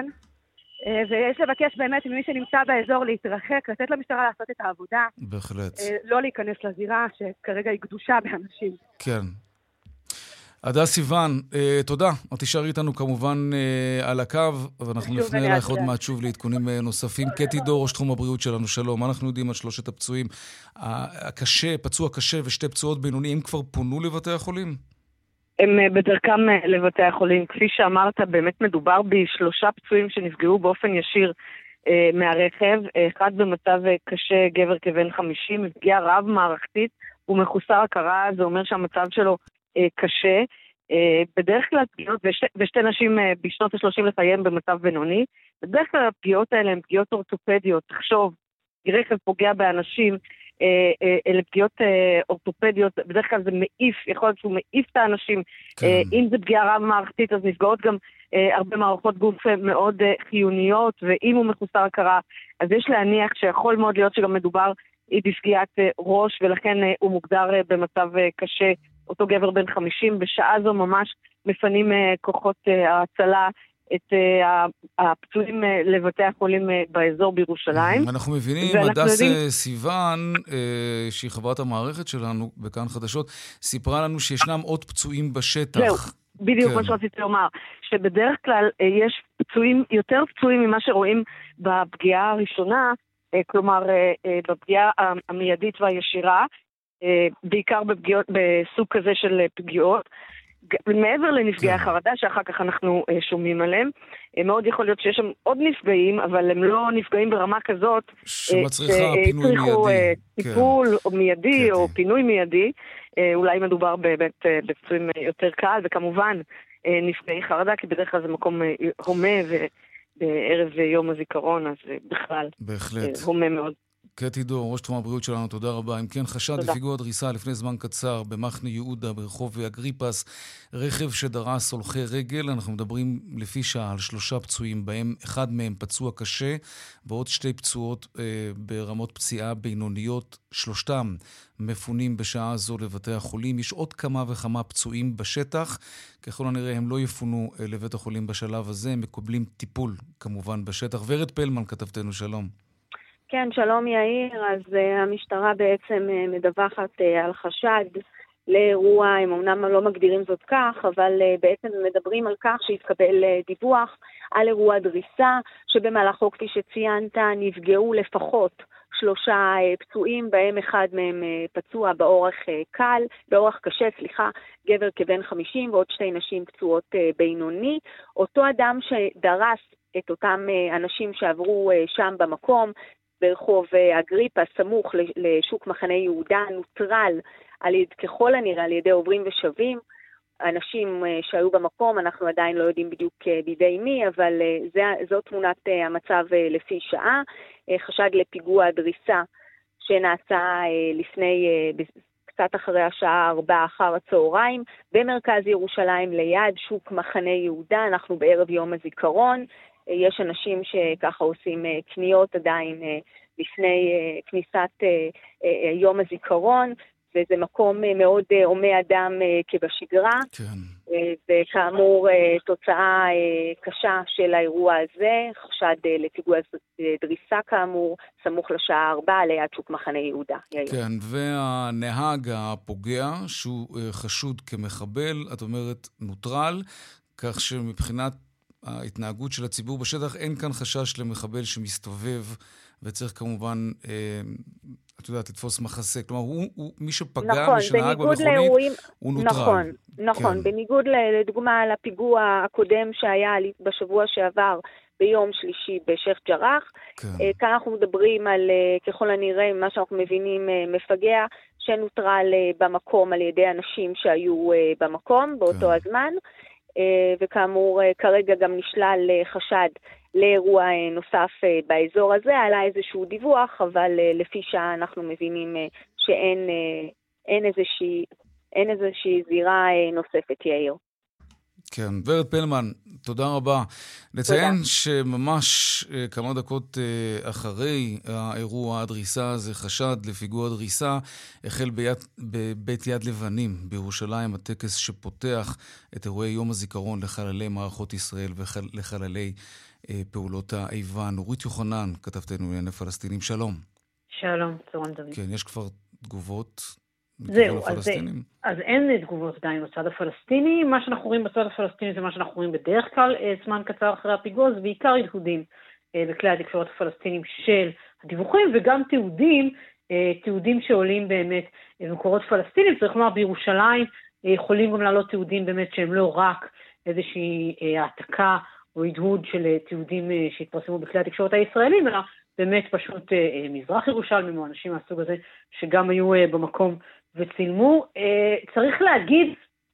ויש לבקש באמת ממי שנמצא באזור להתרחק, לתת למשטרה לעשות את העבודה. בהחלט. לא להיכנס לזירה שכרגע היא קדושה באנשים. כן. עדה סיוון, תודה. תישארי איתנו כמובן על הקו, ואנחנו נפנה אלייך עוד מעט שוב לעדכונים נוספים. קטי דור, ראש תחום הבריאות שלנו, שלום. מה אנחנו יודעים על שלושת הפצועים? הקשה, פצוע קשה ושתי פצועות בינוניים כבר פונו לבתי החולים? הם בדרכם לבתי החולים. כפי שאמרת, באמת מדובר בשלושה פצועים שנפגעו באופן ישיר מהרכב. אחד במצב קשה, גבר כבן 50, מפגיעה רב מערכתית, הוא מחוסר הכרה, זה אומר שהמצב שלו קשה. בדרך כלל פגיעות, ושתי נשים בשנות ה-30 לחייהם במצב בינוני, בדרך כלל הפגיעות האלה הן פגיעות אורתופדיות. תחשוב, רכב פוגע באנשים, אלה פגיעות אורתופדיות, בדרך כלל זה מעיף, יכול להיות שהוא מעיף את האנשים. אם זה פגיעה רב מערכתית, אז נפגעות גם הרבה מערכות גוף מאוד חיוניות, ואם הוא מחוסר הכרה, אז יש להניח שיכול מאוד להיות שגם מדובר בפגיעת ראש, ולכן הוא מוגדר במצב קשה. אותו גבר בן 50, בשעה זו ממש מפנים כוחות ההצלה את הפצועים לבתי החולים באזור בירושלים. אנחנו מבינים, הדס סיוון, שהיא חברת המערכת שלנו בכאן חדשות, סיפרה לנו שישנם עוד פצועים בשטח. זהו, בדיוק מה שרציתי לומר, שבדרך כלל יש פצועים, יותר פצועים ממה שרואים בפגיעה הראשונה, כלומר בפגיעה המיידית והישירה, בעיקר בסוג כזה של פגיעות, מעבר לנפגעי החרדה שאחר כך אנחנו שומעים עליהם. מאוד יכול להיות שיש שם עוד נפגעים, אבל הם לא נפגעים ברמה כזאת שמצריכה פינוי מיידי, טיפול מיידי או פינוי מיידי. אולי מדובר באמת בפצועים יותר קל, וכמובן נפגעי חרדה, כי בדרך כלל זה מקום הומה, ובערב יום הזיכרון, אז בכלל הומה מאוד. קטי דור, ראש תחום הבריאות שלנו, תודה רבה. אם כן, חשד לפיגוע דריסה לפני זמן קצר במחנה יהודה ברחוב אגריפס, רכב שדרס הולכי רגל. אנחנו מדברים לפי שעה על 3 פצועים, בהם אחד מהם פצוע קשה, ועוד 2 פצועות ברמות פציעה בינוניות. 3 מפונים בשעה זו לבתי החולים. יש עוד כמה וכמה פצועים בשטח. ככל הנראה הם לא יפונו לבית החולים בשלב הזה, הם מקבלים טיפול כמובן בשטח. ורד פלמן, כתבתנו, שלום. כן, שלום יאיר. אז המשטרה בעצם מדווחת על חשד לאירוע, הם אמנם לא מגדירים זאת כך, אבל בעצם מדברים על כך שהתקבל דיווח על אירוע דריסה, שבמהלכו, כפי שציינת, נפגעו לפחות 3 פצועים, בהם אחד מהם פצוע באורח קשה, גבר כבן 50, ועוד 2 נשים פצועות בינוני. אותו אדם שדרס את אותם אנשים שעברו שם במקום, ברחוב אגריפה, סמוך לשוק מחנה יהודה, נוטרל ככל הנראה על ידי עוברים ושבים. אנשים שהיו במקום, אנחנו עדיין לא יודעים בדיוק בידי מי, אבל זו תמונת המצב לפי שעה. חשד לפיגוע דריסה שנעשה לפני, קצת אחרי השעה 4 אחר הצהריים, במרכז ירושלים ליד שוק מחנה יהודה. אנחנו בערב יום הזיכרון. יש אנשים שככה עושים קניות עדיין לפני כניסת יום הזיכרון, וזה מקום מאוד הומה אדם כבשגרה. כן. וכאמור, תוצאה קשה של האירוע הזה, חשד לפיגוע דריסה כאמור, סמוך לשעה 4 ליד שוק מחנה יהודה. כן, והנהג הפוגע, שהוא חשוד כמחבל, את אומרת נוטרל, כך שמבחינת ההתנהגות של הציבור בשטח, אין כאן חשש למחבל שמסתובב, וצריך כמובן, את יודעת, לתפוס מחסה. כלומר, הוא מי שפגע, מי שנהג במכונית, הוא נוטרל. נכון, בניגוד לדוגמה לפיגוע הקודם שהיה בשבוע שעבר, ביום שלישי בשייח' ג'ראח. כאן אנחנו מדברים על, ככל הנראה, מה שאנחנו מבינים, מפגע שנוטרל במקום על ידי אנשים שהיו במקום באותו הזמן. וכאמור, כרגע גם נשלל חשד לאירוע נוסף באזור הזה. עלה איזשהו דיווח, אבל לפי שעה אנחנו מבינים שאין איזושהי זירה נוספת, יאיר. כן, ורד פלמן, תודה רבה. לציין שממש כמה דקות אחרי האירוע הדריסה הזה, חשד לפיגוע דריסה, החל בבית יד לבנים בירושלים, הטקס שפותח את אירועי יום הזיכרון לחללי מערכות ישראל ולחללי פעולות האיבה. נורית יוחנן, כתבתנו לענייני פלסטינים, שלום. שלום, צהריים טובים. כן, יש כבר תגובות זהו, אז אין תגובות עדיין בצד הפלסטיני. מה שאנחנו רואים בצד הפלסטיני זה מה שאנחנו רואים בדרך כלל זמן קצר אחרי הפיגוע, זה בעיקר הדהודים בכלי התקשורת הפלסטינים של הדיווחים, וגם תיעודים שעולים באמת במקורות פלסטינים. צריך לומר, בירושלים יכולים גם לעלות תיעודים באמת שהם לא רק איזושהי העתקה או הדהוד של תיעודים שהתפרסמו בכלי התקשורת הישראלים, אלא באמת פשוט מזרח ירושלמים או אנשים מהסוג הזה שגם היו במקום וצילמו. צריך להגיד,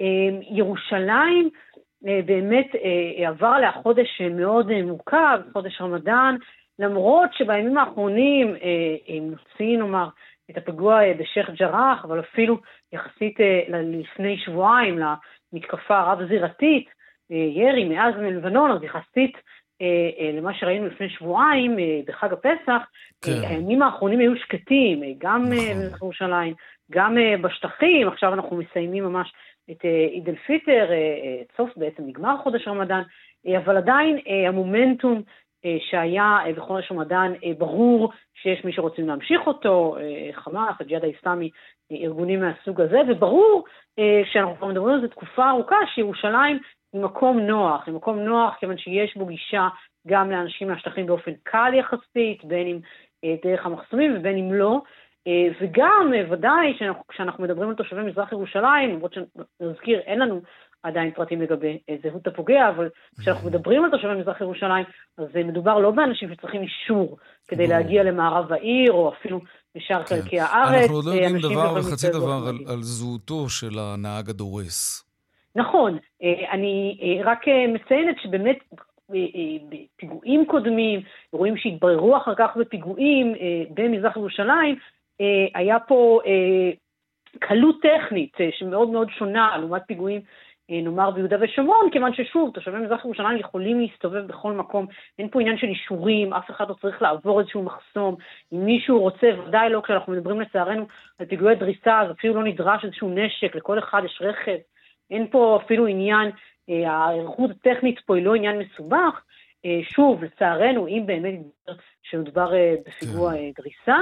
ירושלים באמת עבר עליה חודש מאוד מורכב, חודש רמדאן, למרות שבימים האחרונים נוציא, נאמר, את הפיגוע בשייח ג'ראח, אבל אפילו יחסית לפני שבועיים למתקפה רב-זירתית, ירי מאז מלבנון, אז יחסית למה שראינו לפני שבועיים בחג הפסח, הימים האחרונים היו שקטים, גם בירושלים, גם בשטחים. עכשיו אנחנו מסיימים ממש את עיד אל פיטר, סוף בעצם נגמר חודש רמדאן, אבל עדיין המומנטום שהיה בחודש רמדאן ברור שיש מי שרוצים להמשיך אותו, חמאס, הג'יהאד האסלאמי, ארגונים מהסוג הזה, וברור שאנחנו מדברים על זה תקופה ארוכה שירושלים היא מקום נוח, כיוון שיש בו גישה גם לאנשים מהשטחים באופן קל יחסית, בין אם דרך המחסומים ובין אם לא, וגם ודאי כשאנחנו מדברים על תושבי מזרח ירושלים, למרות שנזכיר אין לנו עדיין פרטים לגבי זהות הפוגע, אבל כשאנחנו מדברים על תושבי מזרח ירושלים, אז מדובר לא באנשים שצריכים אישור כדי להגיע למערב העיר, או אפילו לשאר חלקי הארץ. אנחנו עוד לא יודעים דבר וחצי דבר על זהותו של הנהג הדורס. נכון, אני רק מציינת שבאמת בפיגועים קודמים, אירועים שהתבררו אחר כך בפיגועים במזרח ירושלים, היה פה קלות טכנית שמאוד מאוד שונה לעומת פיגועים נאמר ביהודה ושומרון, כיוון ששוב, תושבי מזרח ירושלים יכולים להסתובב בכל מקום, אין פה עניין של אישורים, אף אחד לא צריך לעבור איזשהו מחסום, אם מישהו רוצה, ודאי לא, כשאנחנו מדברים לצערנו על פיגועי דריסה, אז אפילו לא נדרש איזשהו נשק, לכל אחד יש רכב, אין פה אפילו עניין, הערכות הטכנית פה היא לא עניין מסובך, שוב, לצערנו, אם באמת שמדובר בפיגוע דריסה,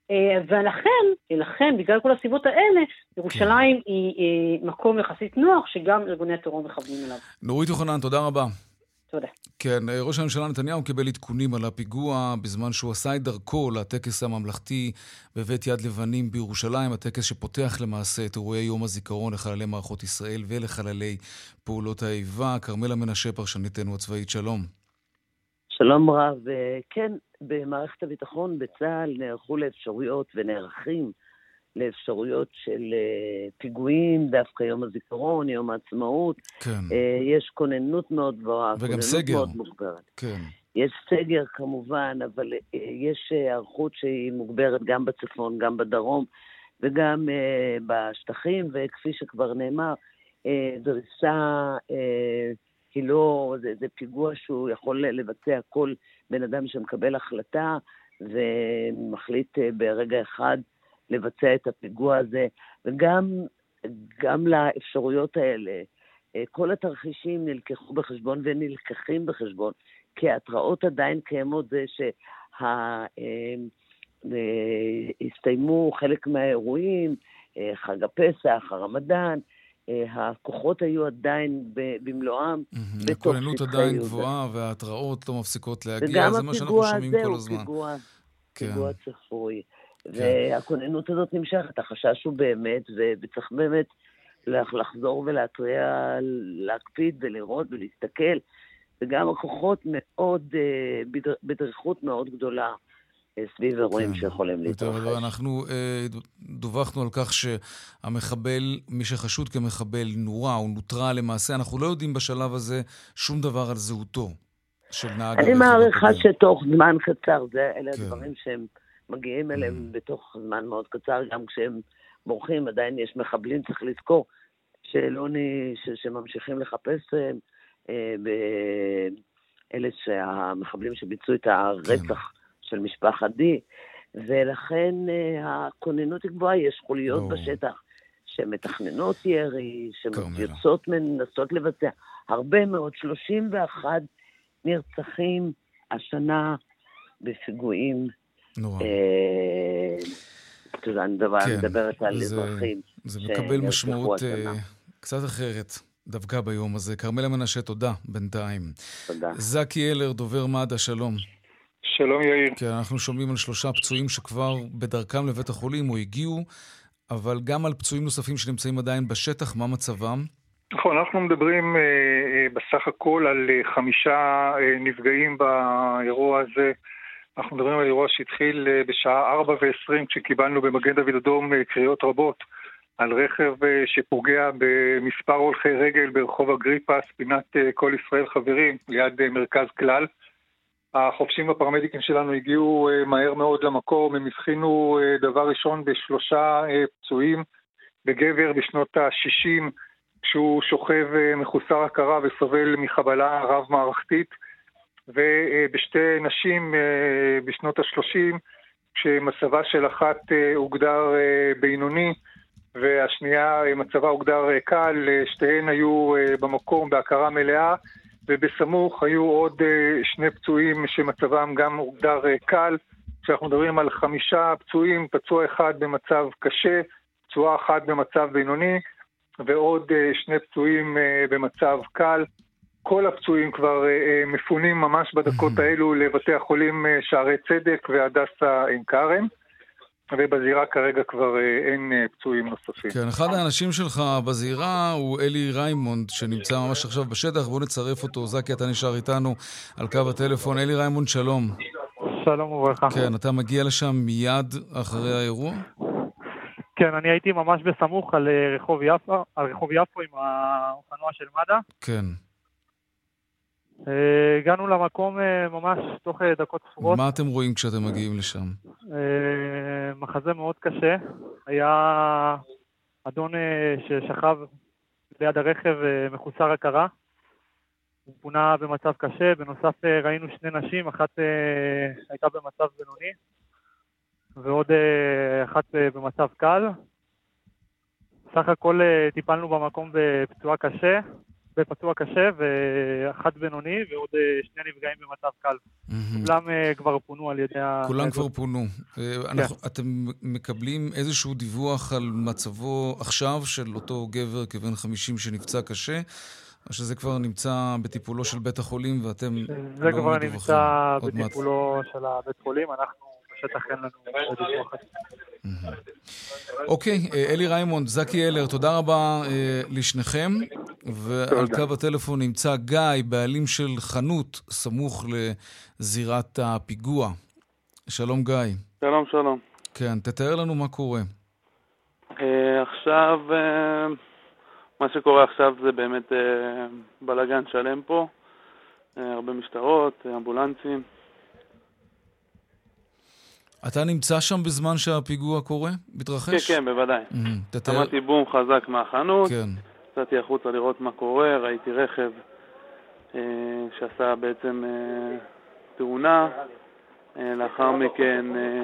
ולכן, בגלל כל הסיבות האלה, ירושלים היא מקום יחסית נוח, שגם ארגוני הטרור מכוונים אליו. נורית יוחנן, תודה רבה. תודה. כן, ראש הממשלה נתניהו קיבל עדכונים על הפיגוע בזמן שהוא עשה את דרכו לטקס הממלכתי בבית יד לבנים בירושלים, הטקס שפותח למעשה את אירועי יום הזיכרון לחללי מערכות ישראל ולחללי פעולות האיבה. כרמלה מנשה, פרשניתנו הצבאית, שלום. שלום רב. כן, במערכת הביטחון בצה"ל נערכו לאפשרויות ונערכים לאפשרויות של פיגועים, דווקא יום הזיכרון, יום העצמאות. כן. יש כוננות מאוד גבוהה. וגם סגר. מאוד מוגברת. כן. יש סגר כמובן, אבל יש הערכות שהיא מוגברת גם בצפון, גם בדרום, וגם בשטחים, וכפי שכבר נאמר, דריסה היא לא, זה פיגוע שהוא יכול לבצע כל בן אדם שמקבל החלטה, ומחליט ברגע אחד לבצע את הפיגוע הזה, וגם לאפשרויות האלה, כל התרחישים נלקחו בחשבון ונלקחים בחשבון, כי ההתראות עדיין קיימות, זה שהסתיימו חלק מהאירועים, חג הפסח, הרמדאן, הכוחות היו עדיין במלואם. הכוננות עדיין גבוהה, וההתראות לא מפסיקות להגיע, זה מה שאנחנו שומעים כל הזמן. פיגוע צפוי. והכוננות הזאת נמשכת, החשש הוא באמת, וצריך באמת לחזור ולהתריע, להקפיד ולראות ולהסתכל, וגם הכוחות מאוד, בדריכות מאוד גדולה, סביב אירועים שיכולים להתרחש. אנחנו דווחנו על כך שהמחבל, מי שחשוד כמחבל, נורה או נוטרה למעשה, אנחנו לא יודעים בשלב הזה שום דבר על זהותו של נהג. אני מעריכה שתוך זמן קצר, אלה הדברים שהם מגיעים אליהם בתוך זמן מאוד קצר, גם כשהם בורחים, עדיין יש מחבלים, צריך לזכור, שממשיכים לחפש אלה שהמחבלים שביצעו את הרצח של משפחת די, ולכן הכוננות היא גבוהה, יש חוליות בשטח שמתכננות ירי, שיוצאות מנסות לבצע, הרבה מאוד, 31 נרצחים השנה בפיגועים אני מדברת על אזרחים. זה מקבל משמעות קצת אחרת, דווקא ביום הזה. כרמלה מנשה, תודה בינתיים. תודה. זקי אלר, דובר מד"א, שלום. שלום יאיר. כן, אנחנו שומעים על 3 פצועים שכבר בדרכם לבית החולים או הגיעו, אבל גם על פצועים נוספים שנמצאים עדיין בשטח, מה מצבם? נכון, אנחנו מדברים בסך הכל על 5 נפגעים באירוע הזה. אנחנו מדברים על אירוע שהתחיל בשעה 4:20 כשקיבלנו במגן דוד אדום קריאות רבות על רכב שפוגע במספר הולכי רגל ברחוב אגריפס, פינת כל ישראל חברים, ליד מרכז כלל. החופשים והפרמדיקים שלנו הגיעו מהר מאוד למקום, הם הבחינו דבר ראשון ב3 פצועים, בגבר בשנות ה-60, כשהוא שוכב מחוסר הכרה וסובל מחבלה רב מערכתית, ובשתי נשים בשנות ה-30, כשמצבה של אחת הוגדר בינוני, והשנייה מצבה הוגדר קל, שתיהן היו במקום בהכרה מלאה, ובסמוך היו עוד 2 פצועים שמצבם גם הוגדר קל. כשאנחנו מדברים על 5 פצועים, פצוע אחד במצב קשה, פצועה אחת במצב בינוני, ועוד 2 פצועים במצב קל. כל הפצועים כבר מפונים ממש בדקות האלו לבתי החולים שערי צדק והדסה עין כרם, ובזירה כרגע כבר אין פצועים נוספים. כן, אחד האנשים שלך בזירה הוא אלי ריימונד, שנמצא ממש עכשיו בשטח. בואו נצרף אותו. זקי, אתה נשאר איתנו על קו הטלפון. אלי ריימונד, שלום. שלום וברכה. כן, אתה מגיע לשם מיד אחרי האירוע? כן, אני הייתי ממש בסמוך על רחוב יפו עם האופנוע של מד"א. כן. הגענו למקום ממש תוך דקות ספורות. מה אתם רואים כשאתם מגיעים לשם? מחזה מאוד קשה. היה אדון ששכב ליד הרכב מחוסר הכרה. הוא פונה במצב קשה. בנוסף ראינו 2 נשים, אחת הייתה במצב בינוני, ועוד אחת במצב קל. סך הכל טיפלנו במקום בפצוע קשה ואחת בינוני ועוד 2 נפגעים במצב קל. כולם כבר פונו על ידי כולם כבר פונו. אתם מקבלים איזשהו דיווח על מצבו עכשיו של אותו גבר כבן 50 שנפצע קשה, או שזה כבר נמצא בטיפולו של בית החולים ואתם לא מדווחים? זה כבר נמצא בטיפולו של הבית חולים, אנחנו בשטח אין לנו דיווח. אוקיי, אלי ריימונד, זקי אלר, תודה רבה לשניכם. ועל קו הטלפון נמצא גיא, בעלים של חנות סמוך לזירת הפיגוע. שלום גיא. שלום, שלום. כן, תתאר לנו מה קורה. עכשיו, מה שקורה עכשיו זה באמת בלגן שלם פה. הרבה משטרות, אמבולנסים. אתה נמצא שם בזמן שהפיגוע קורה? מתרחש? כן, כן, בוודאי. שמעתי בום חזק מהחנות, יצאתי החוצה לראות מה קורה, ראיתי רכב שעשה בעצם תאונה, לאחר מכן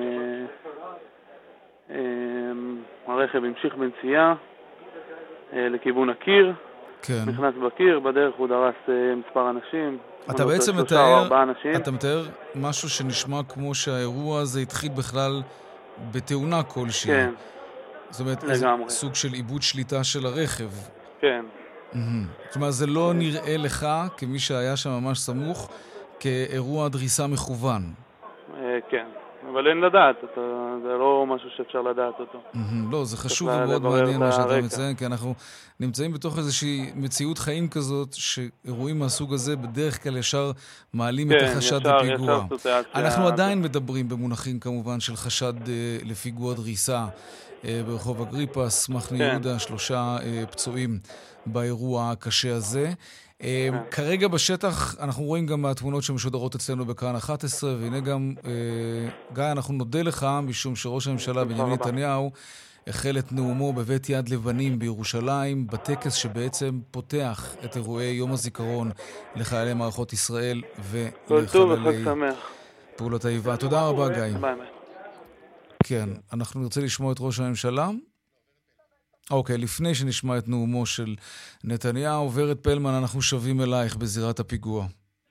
הרכב המשיך בנסיעה לכיוון הקיר, נכנס בקיר, בדרך הוא דרס מספר אנשים. אתה בעצם מתאר משהו שנשמע כמו שהאירוע הזה התחיל בכלל בתאונה כלשהי. כן. זאת אומרת, סוג של איבוד שליטה של הרכב. כן. זאת אומרת, זה לא נראה לך, כמי שהיה שם ממש סמוך, כאירוע דריסה מכוון. כן. אבל אין לדעת, זה לא משהו שאפשר לדעת אותו. לא, זה חשוב ומאוד מעניין מה שאתה מציין, כי אנחנו נמצאים בתוך איזושהי מציאות חיים כזאת, שאירועים מהסוג הזה בדרך כלל ישר מעלים את החשד לפיגוע. אנחנו עדיין מדברים במונחים כמובן של חשד לפיגוע דריסה ברחוב אגריפס, מחנה יהודה, 3 פצועים באירוע הקשה הזה. כרגע בשטח אנחנו רואים גם מהתמונות שמשודרות אצלנו בכאן 11, והנה גם, גיא, אנחנו נודה לך משום שראש הממשלה בנימין נתניהו החל את נאומו בבית יד לבנים בירושלים, בטקס שבעצם פותח את אירועי יום הזיכרון לחיילי מערכות ישראל ולחללי פעולות האיבה. תודה רבה, גיא. כן, אנחנו נרצה לשמוע את ראש הממשלה. אוקיי, לפני שנשמע את נאומו של נתניהו, ורד פלמן, אנחנו שבים אלייך בזירת הפיגוע.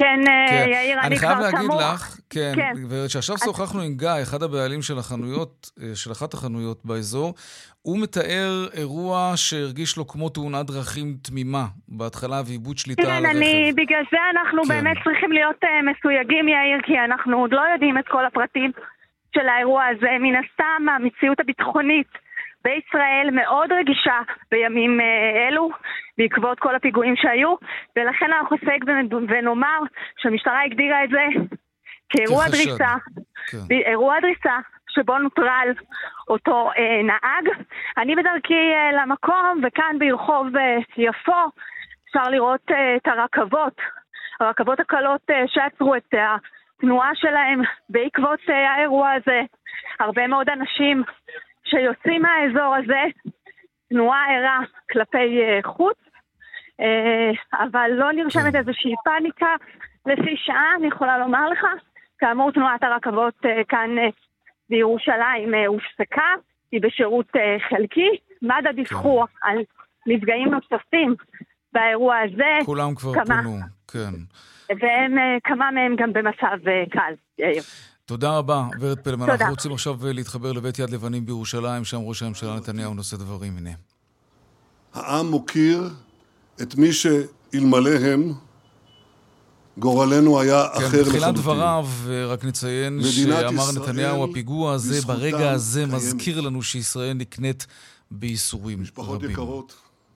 כן, יאיר, אני כבר חייב להגיד תמוך. לך, כן, שעכשיו שוחחנו עם גיא, אחד הבעלים של החנויות, של אחת החנויות באזור, הוא מתאר אירוע שהרגיש לו כמו תאונת דרכים תמימה, בהתחלה ואיבוד שליטה על הרכב. כן, בגלל זה אנחנו באמת צריכים להיות מסויגים, יאיר, כי אנחנו עוד לא יודעים את כל הפרטים של האירוע הזה. מן הסתם, המציאות הביטחונית בישראל מאוד רגישה בימים אלו, בעקבות כל הפיגועים שהיו, ולכן אנחנו נסייג ונאמר שהמשטרה הגדירה את זה כאירוע דריסה, אירוע דריסה שבו נוטרל אותו נהג. אני בדרכי למקום, וכאן ברחוב יפו אפשר לראות את הרכבות הקלות שעצרו את התנועה שלהם בעקבות האירוע הזה. הרבה מאוד אנשים שיוצאים מהאזור הזה, תנועה ערה כלפי חוץ, אבל לא נרשמת איזושהי פאניקה לפי שעה, אני יכולה לומר לך. כאמור, תנועת הרכבות כאן בירושלים הופסקה, היא בשירות חלקי. מד"א דיווחו על נפגעים נוספים באירוע הזה. כולם כבר פונו, כן. וכמה מהם גם במצב קל. תודה רבה, ורד פלמן. אנחנו רוצים עכשיו להתחבר לבית יד לבנים בירושלים, שם ראש הממשלה נתניהו נושא דברים. הנה. העם מוקיר את מי שאלמלא הם, גורלנו היה אחר לחלוטין. בתחילת דבריו, רק נציין שאמר נתניהו, הפיגוע הזה ברגע הזה מזכיר לנו שישראל נקנית בייסורים רבים. משפחות יקרות,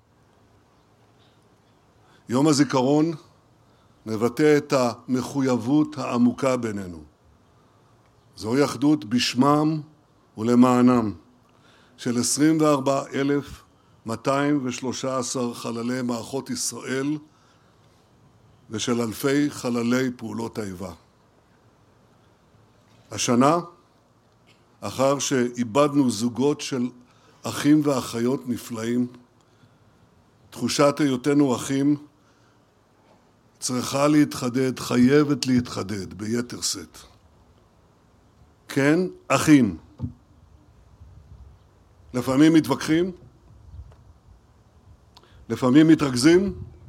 יום הזיכרון מבטא את המחויבות העמוקה בינינו. זוהי אחדות בשמם ולמענם של 24,213 חללי מערכות ישראל ושל אלפי חללי פעולות האיבה. השנה, אחר שאיבדנו זוגות של אחים ואחיות נפלאים, תחושת היותנו אחים צריכה להתחדד, חייבת להתחדד ביתר שאת. כן, אחים. לפעמים מתווכחים, לפעמים מתרכזים,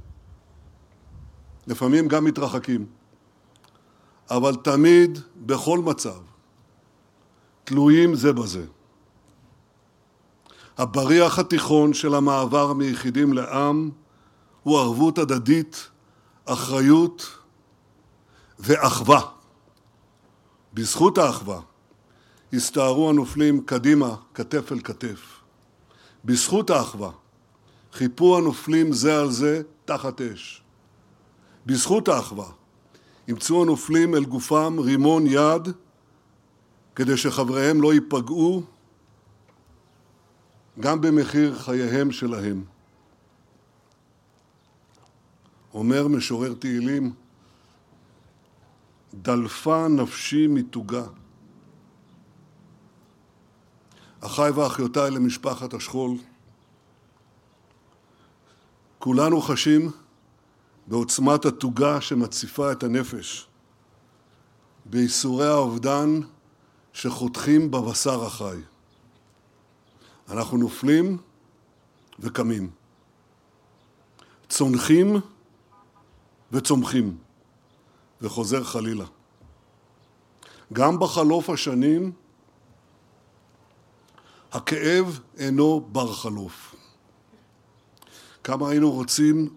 לפעמים גם מתרחקים. אבל תמיד, בכל מצב, תלויים זה בזה. הבריח התיכון של המעבר מיחידים לעם הוא ערבות הדדית, אחריות ואחווה. בזכות האחווה הסתערו הנופלים קדימה, כתף אל כתף. בזכות האחווה חיפו הנופלים זה על זה תחת אש. בזכות האחווה ימצאו הנופלים אל גופם רימון יד כדי שחבריהם לא ייפגעו גם במחיר חייהם שלהם. אומר משורר תהילים, דלפה נפשי מתוגה. אחיי ואחיותיי למשפחת השכול, כולנו חשים בעוצמת התוגה שמציפה את הנפש, בייסורי האובדן שחותכים בבשר החי. אנחנו נופלים וקמים, צונחים וצומחים, וחוזר חלילה. גם בחלוף השנים, הכאב אינו בר חלוף. כמה היינו רוצים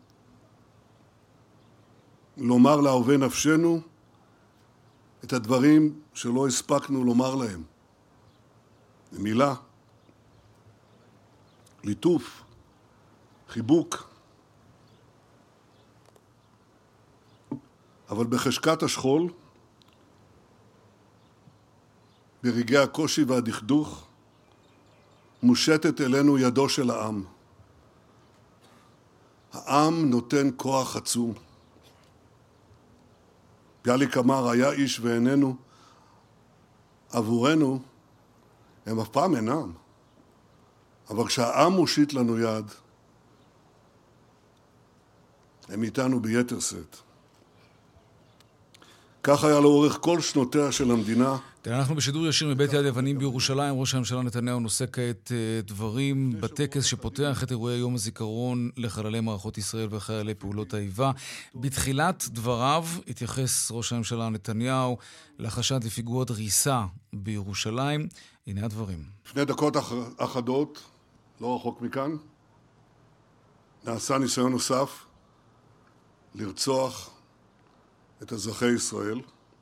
לומר לאהובי נפשנו את הדברים שלא הספקנו לומר להם. מילה, ליטוף, חיבוק. אבל בחשקת השכול, ברגעי הקושי והדכדוך, מושטת אלינו ידו של העם. העם נותן כוח עצום. ביאליק אמר, היה איש ואיננו. עבורנו הם אף פעם אינם. אבל כשהעם מושיט לנו יד, הם איתנו ביתר שאת. כך היה לאורך כל שנותיה של המדינה. אנחנו בשידור ישיר מבית יד לבנים בירושלים. ראש הממשלה נתניהו נושא כעת דברים בטקס שפותח את אירועי יום הזיכרון לחללי מערכות ישראל וחיילי פעולות האיבה. בתחילת דבריו התייחס ראש הממשלה נתניהו לחשד לפיגוע דריסה בירושלים. הנה הדברים. לפני דקות אחדות, לא רחוק מכאן, נעשה ניסיון נוסף לרצוח את אזרחי ישראל.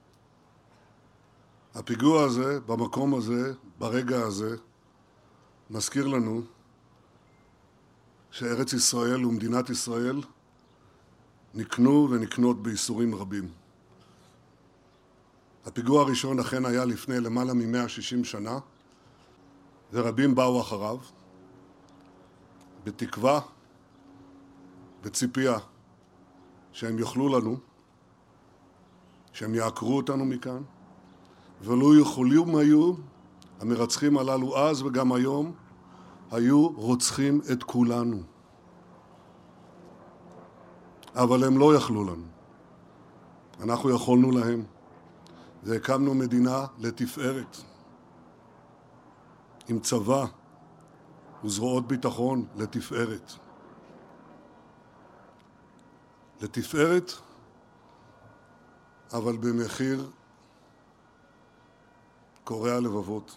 הפיגוע הזה, במקום הזה, ברגע הזה, מזכיר לנו שארץ ישראל ומדינת ישראל נקנו ונקנות בייסורים רבים. הפיגוע הראשון אכן היה לפני למעלה מ-160 שנה, ורבים באו אחריו, בתקווה, בציפייה, שהם יוכלו לנו, שהם יעקרו אותנו מכאן, ולא יכולים היו, המרצחים הללו אז וגם היום, היו רוצחים את כולנו. אבל הם לא יכלו לנו. אנחנו יכולנו להם, והקמנו מדינה לתפארת, עם צבא וזרועות ביטחון לתפארת. לתפארת, אבל במחיר קורע לבבות.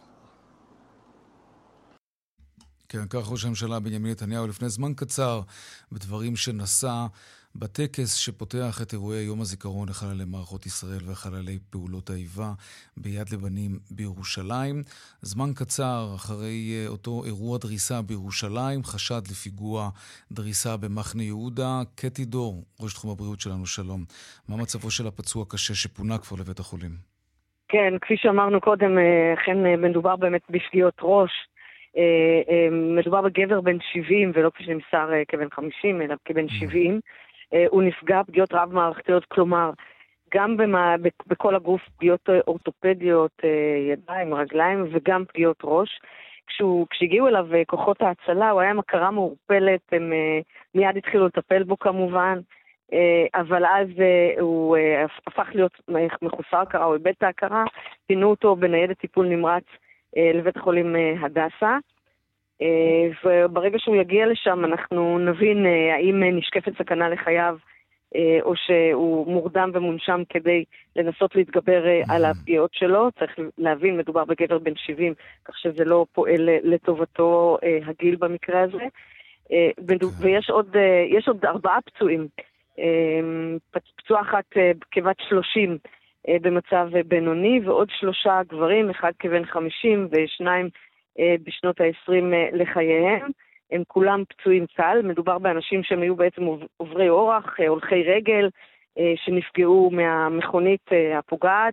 כן, כך ראש הממשלה בנימין נתניהו לפני זמן קצר בדברים שנשא בטקס שפותח את אירועי יום הזיכרון לחללי מערכות ישראל וחללי פעולות האיבה ביד לבנים בירושלים. זמן קצר אחרי אותו אירוע דריסה בירושלים, חשד לפיגוע דריסה במחנה יהודה. קטי דור, ראש תחום הבריאות שלנו, שלום. מה מצבו של הפצוע קשה שפונה כבר לבית החולים? כן, כפי שאמרנו קודם, אכן מדובר באמת בפגיעות ראש. מדובר בגבר בן 70, ולא כפי שנמסר כבן 50, אלא כבן 70. הוא נפגע פגיעות רב-מערכתיות, כלומר, גם בכל הגוף, פגיעות אורתופדיות, ידיים, רגליים, וגם פגיעות ראש. כשהגיעו אליו כוחות ההצלה, הוא היה עם הכרה מעורפלת, הם מיד התחילו לטפל בו כמובן, אבל אז הוא הפך להיות מחוסר הכרה, הוא איבד את ההכרה, פינו אותו בניידת טיפול נמרץ לבית החולים הדסה, וברגע שהוא יגיע לשם אנחנו נבין האם נשקפת סכנה לחייו, או שהוא מורדם ומונשם כדי לנסות להתגבר על הפגיעות שלו. צריך להבין, מדובר בגבר בן 70, כך שזה לא פועל לטובתו הגיל במקרה הזה. ויש עוד 4 פצועים. פצוע אחת כבת 30 במצב בינוני, ועוד 3 גברים, אחד כבן 50 ו2 בשנות ה-20 לחייהם. הם כולם פצועים קל. מדובר באנשים שהם היו בעצם עוברי אורח, הולכי רגל, שנפגעו מהמכונית הפוגעת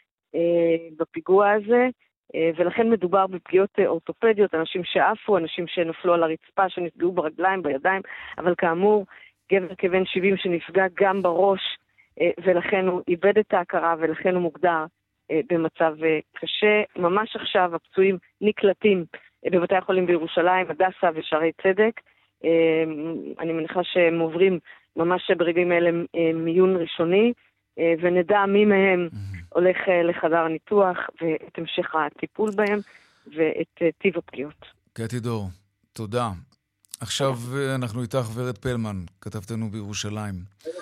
בפיגוע הזה, ולכן מדובר בפגיעות אורתופדיות, אנשים שעפו, אנשים שנפלו על הרצפה, שנפגעו ברגליים, בידיים, אבל כאמור, גבר כבן 70 שנפגע גם בראש, ולכן הוא איבד את ההכרה, ולכן הוא מוגדר במצב קשה. ממש עכשיו הפצועים נקלטים בבתי החולים בירושלים, הדסה ושערי צדק. אני מניחה שהם עוברים ממש ברגעים אלה מיון ראשוני, ונדע מי מהם הולך לחדר הניתוח ואת המשך הטיפול בהם ואת טיב הפגיעות. קטי דור, תודה. עכשיו אנחנו איתך ורד פלמן, כתבתנו בירושלים.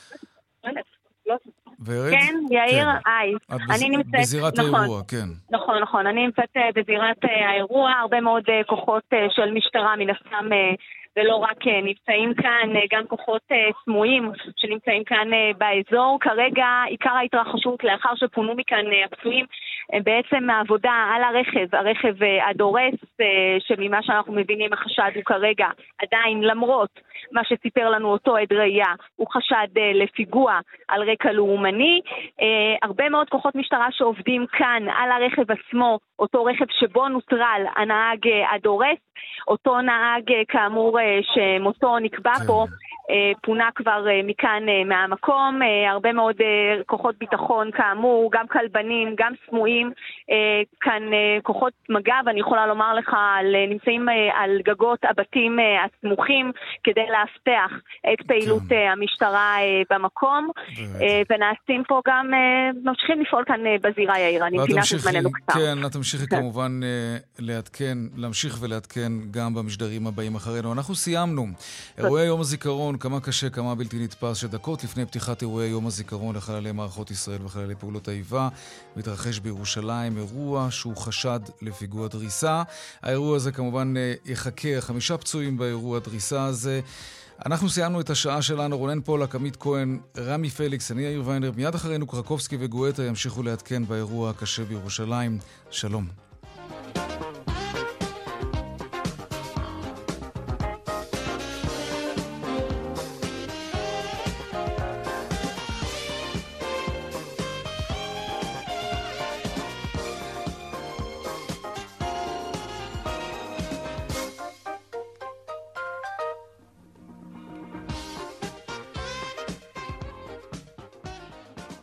ורד? כן, יאיר, היי. את בזירת האירוע, כן. נכון, אני נמצאת בזירת האירוע, הרבה מאוד כוחות של משטרה מן הסתם, ולא רק נמצאים כאן, גם כוחות סמויים שנמצאים כאן באזור. כרגע עיקר ההתרחשות לאחר שפונו מכאן הפצועים, בעצם העבודה על הרכב הדורס, שממה שאנחנו מבינים החשד הוא כרגע עדיין, למרות מה שסיפר לנו אותו עד ראייה, הוא חשד לפיגוע על רקע לאומני. הרבה מאוד כוחות משטרה שעובדים כאן על הרכב עצמו, אותו רכב שבו נוטרל הנהג הדורס, אותו נהג כאמור שמותו נקבע פה, פונה כבר מכאן מהמקום, הרבה מאוד כוחות ביטחון כאמור, גם כלבנים, גם סמויים, כאן כוחות מג"ב, אני יכולה לומר לך, נמצאים על גגות הבתים הסמוכים כדי להבטח את פעילות המשטרה במקום, ונעשים פה גם, ממשיכים לפעול כאן בזירה, יאיר, אני מבינה שזמננו קצר. כן, תמשיכי כמובן להמשיך ולעדכן גם במשדרים הבאים אחרינו. אנחנו סיימנו. אירועי יום הזיכרון, כמה קשה, כמה בלתי נתפס, שדקות לפני פתיחת אירועי יום הזיכרון לחללי מערכות ישראל וחללי פעולות האיבה, מתרחש בירושלים אירוע שהוא חשד לפיגוע דריסה. האירוע הזה כמובן יחכה 5 פצועים באירוע הדריסה הזה. אנחנו סיימנו את השעה שלנו, רונן פולק, עמית כהן, רמי פליקס, אני יאיר ויינרב, מיד אחרינו קרקובסקי וגואטה ימשיכו לעדכן באירוע הקשה בירושלים. שלום.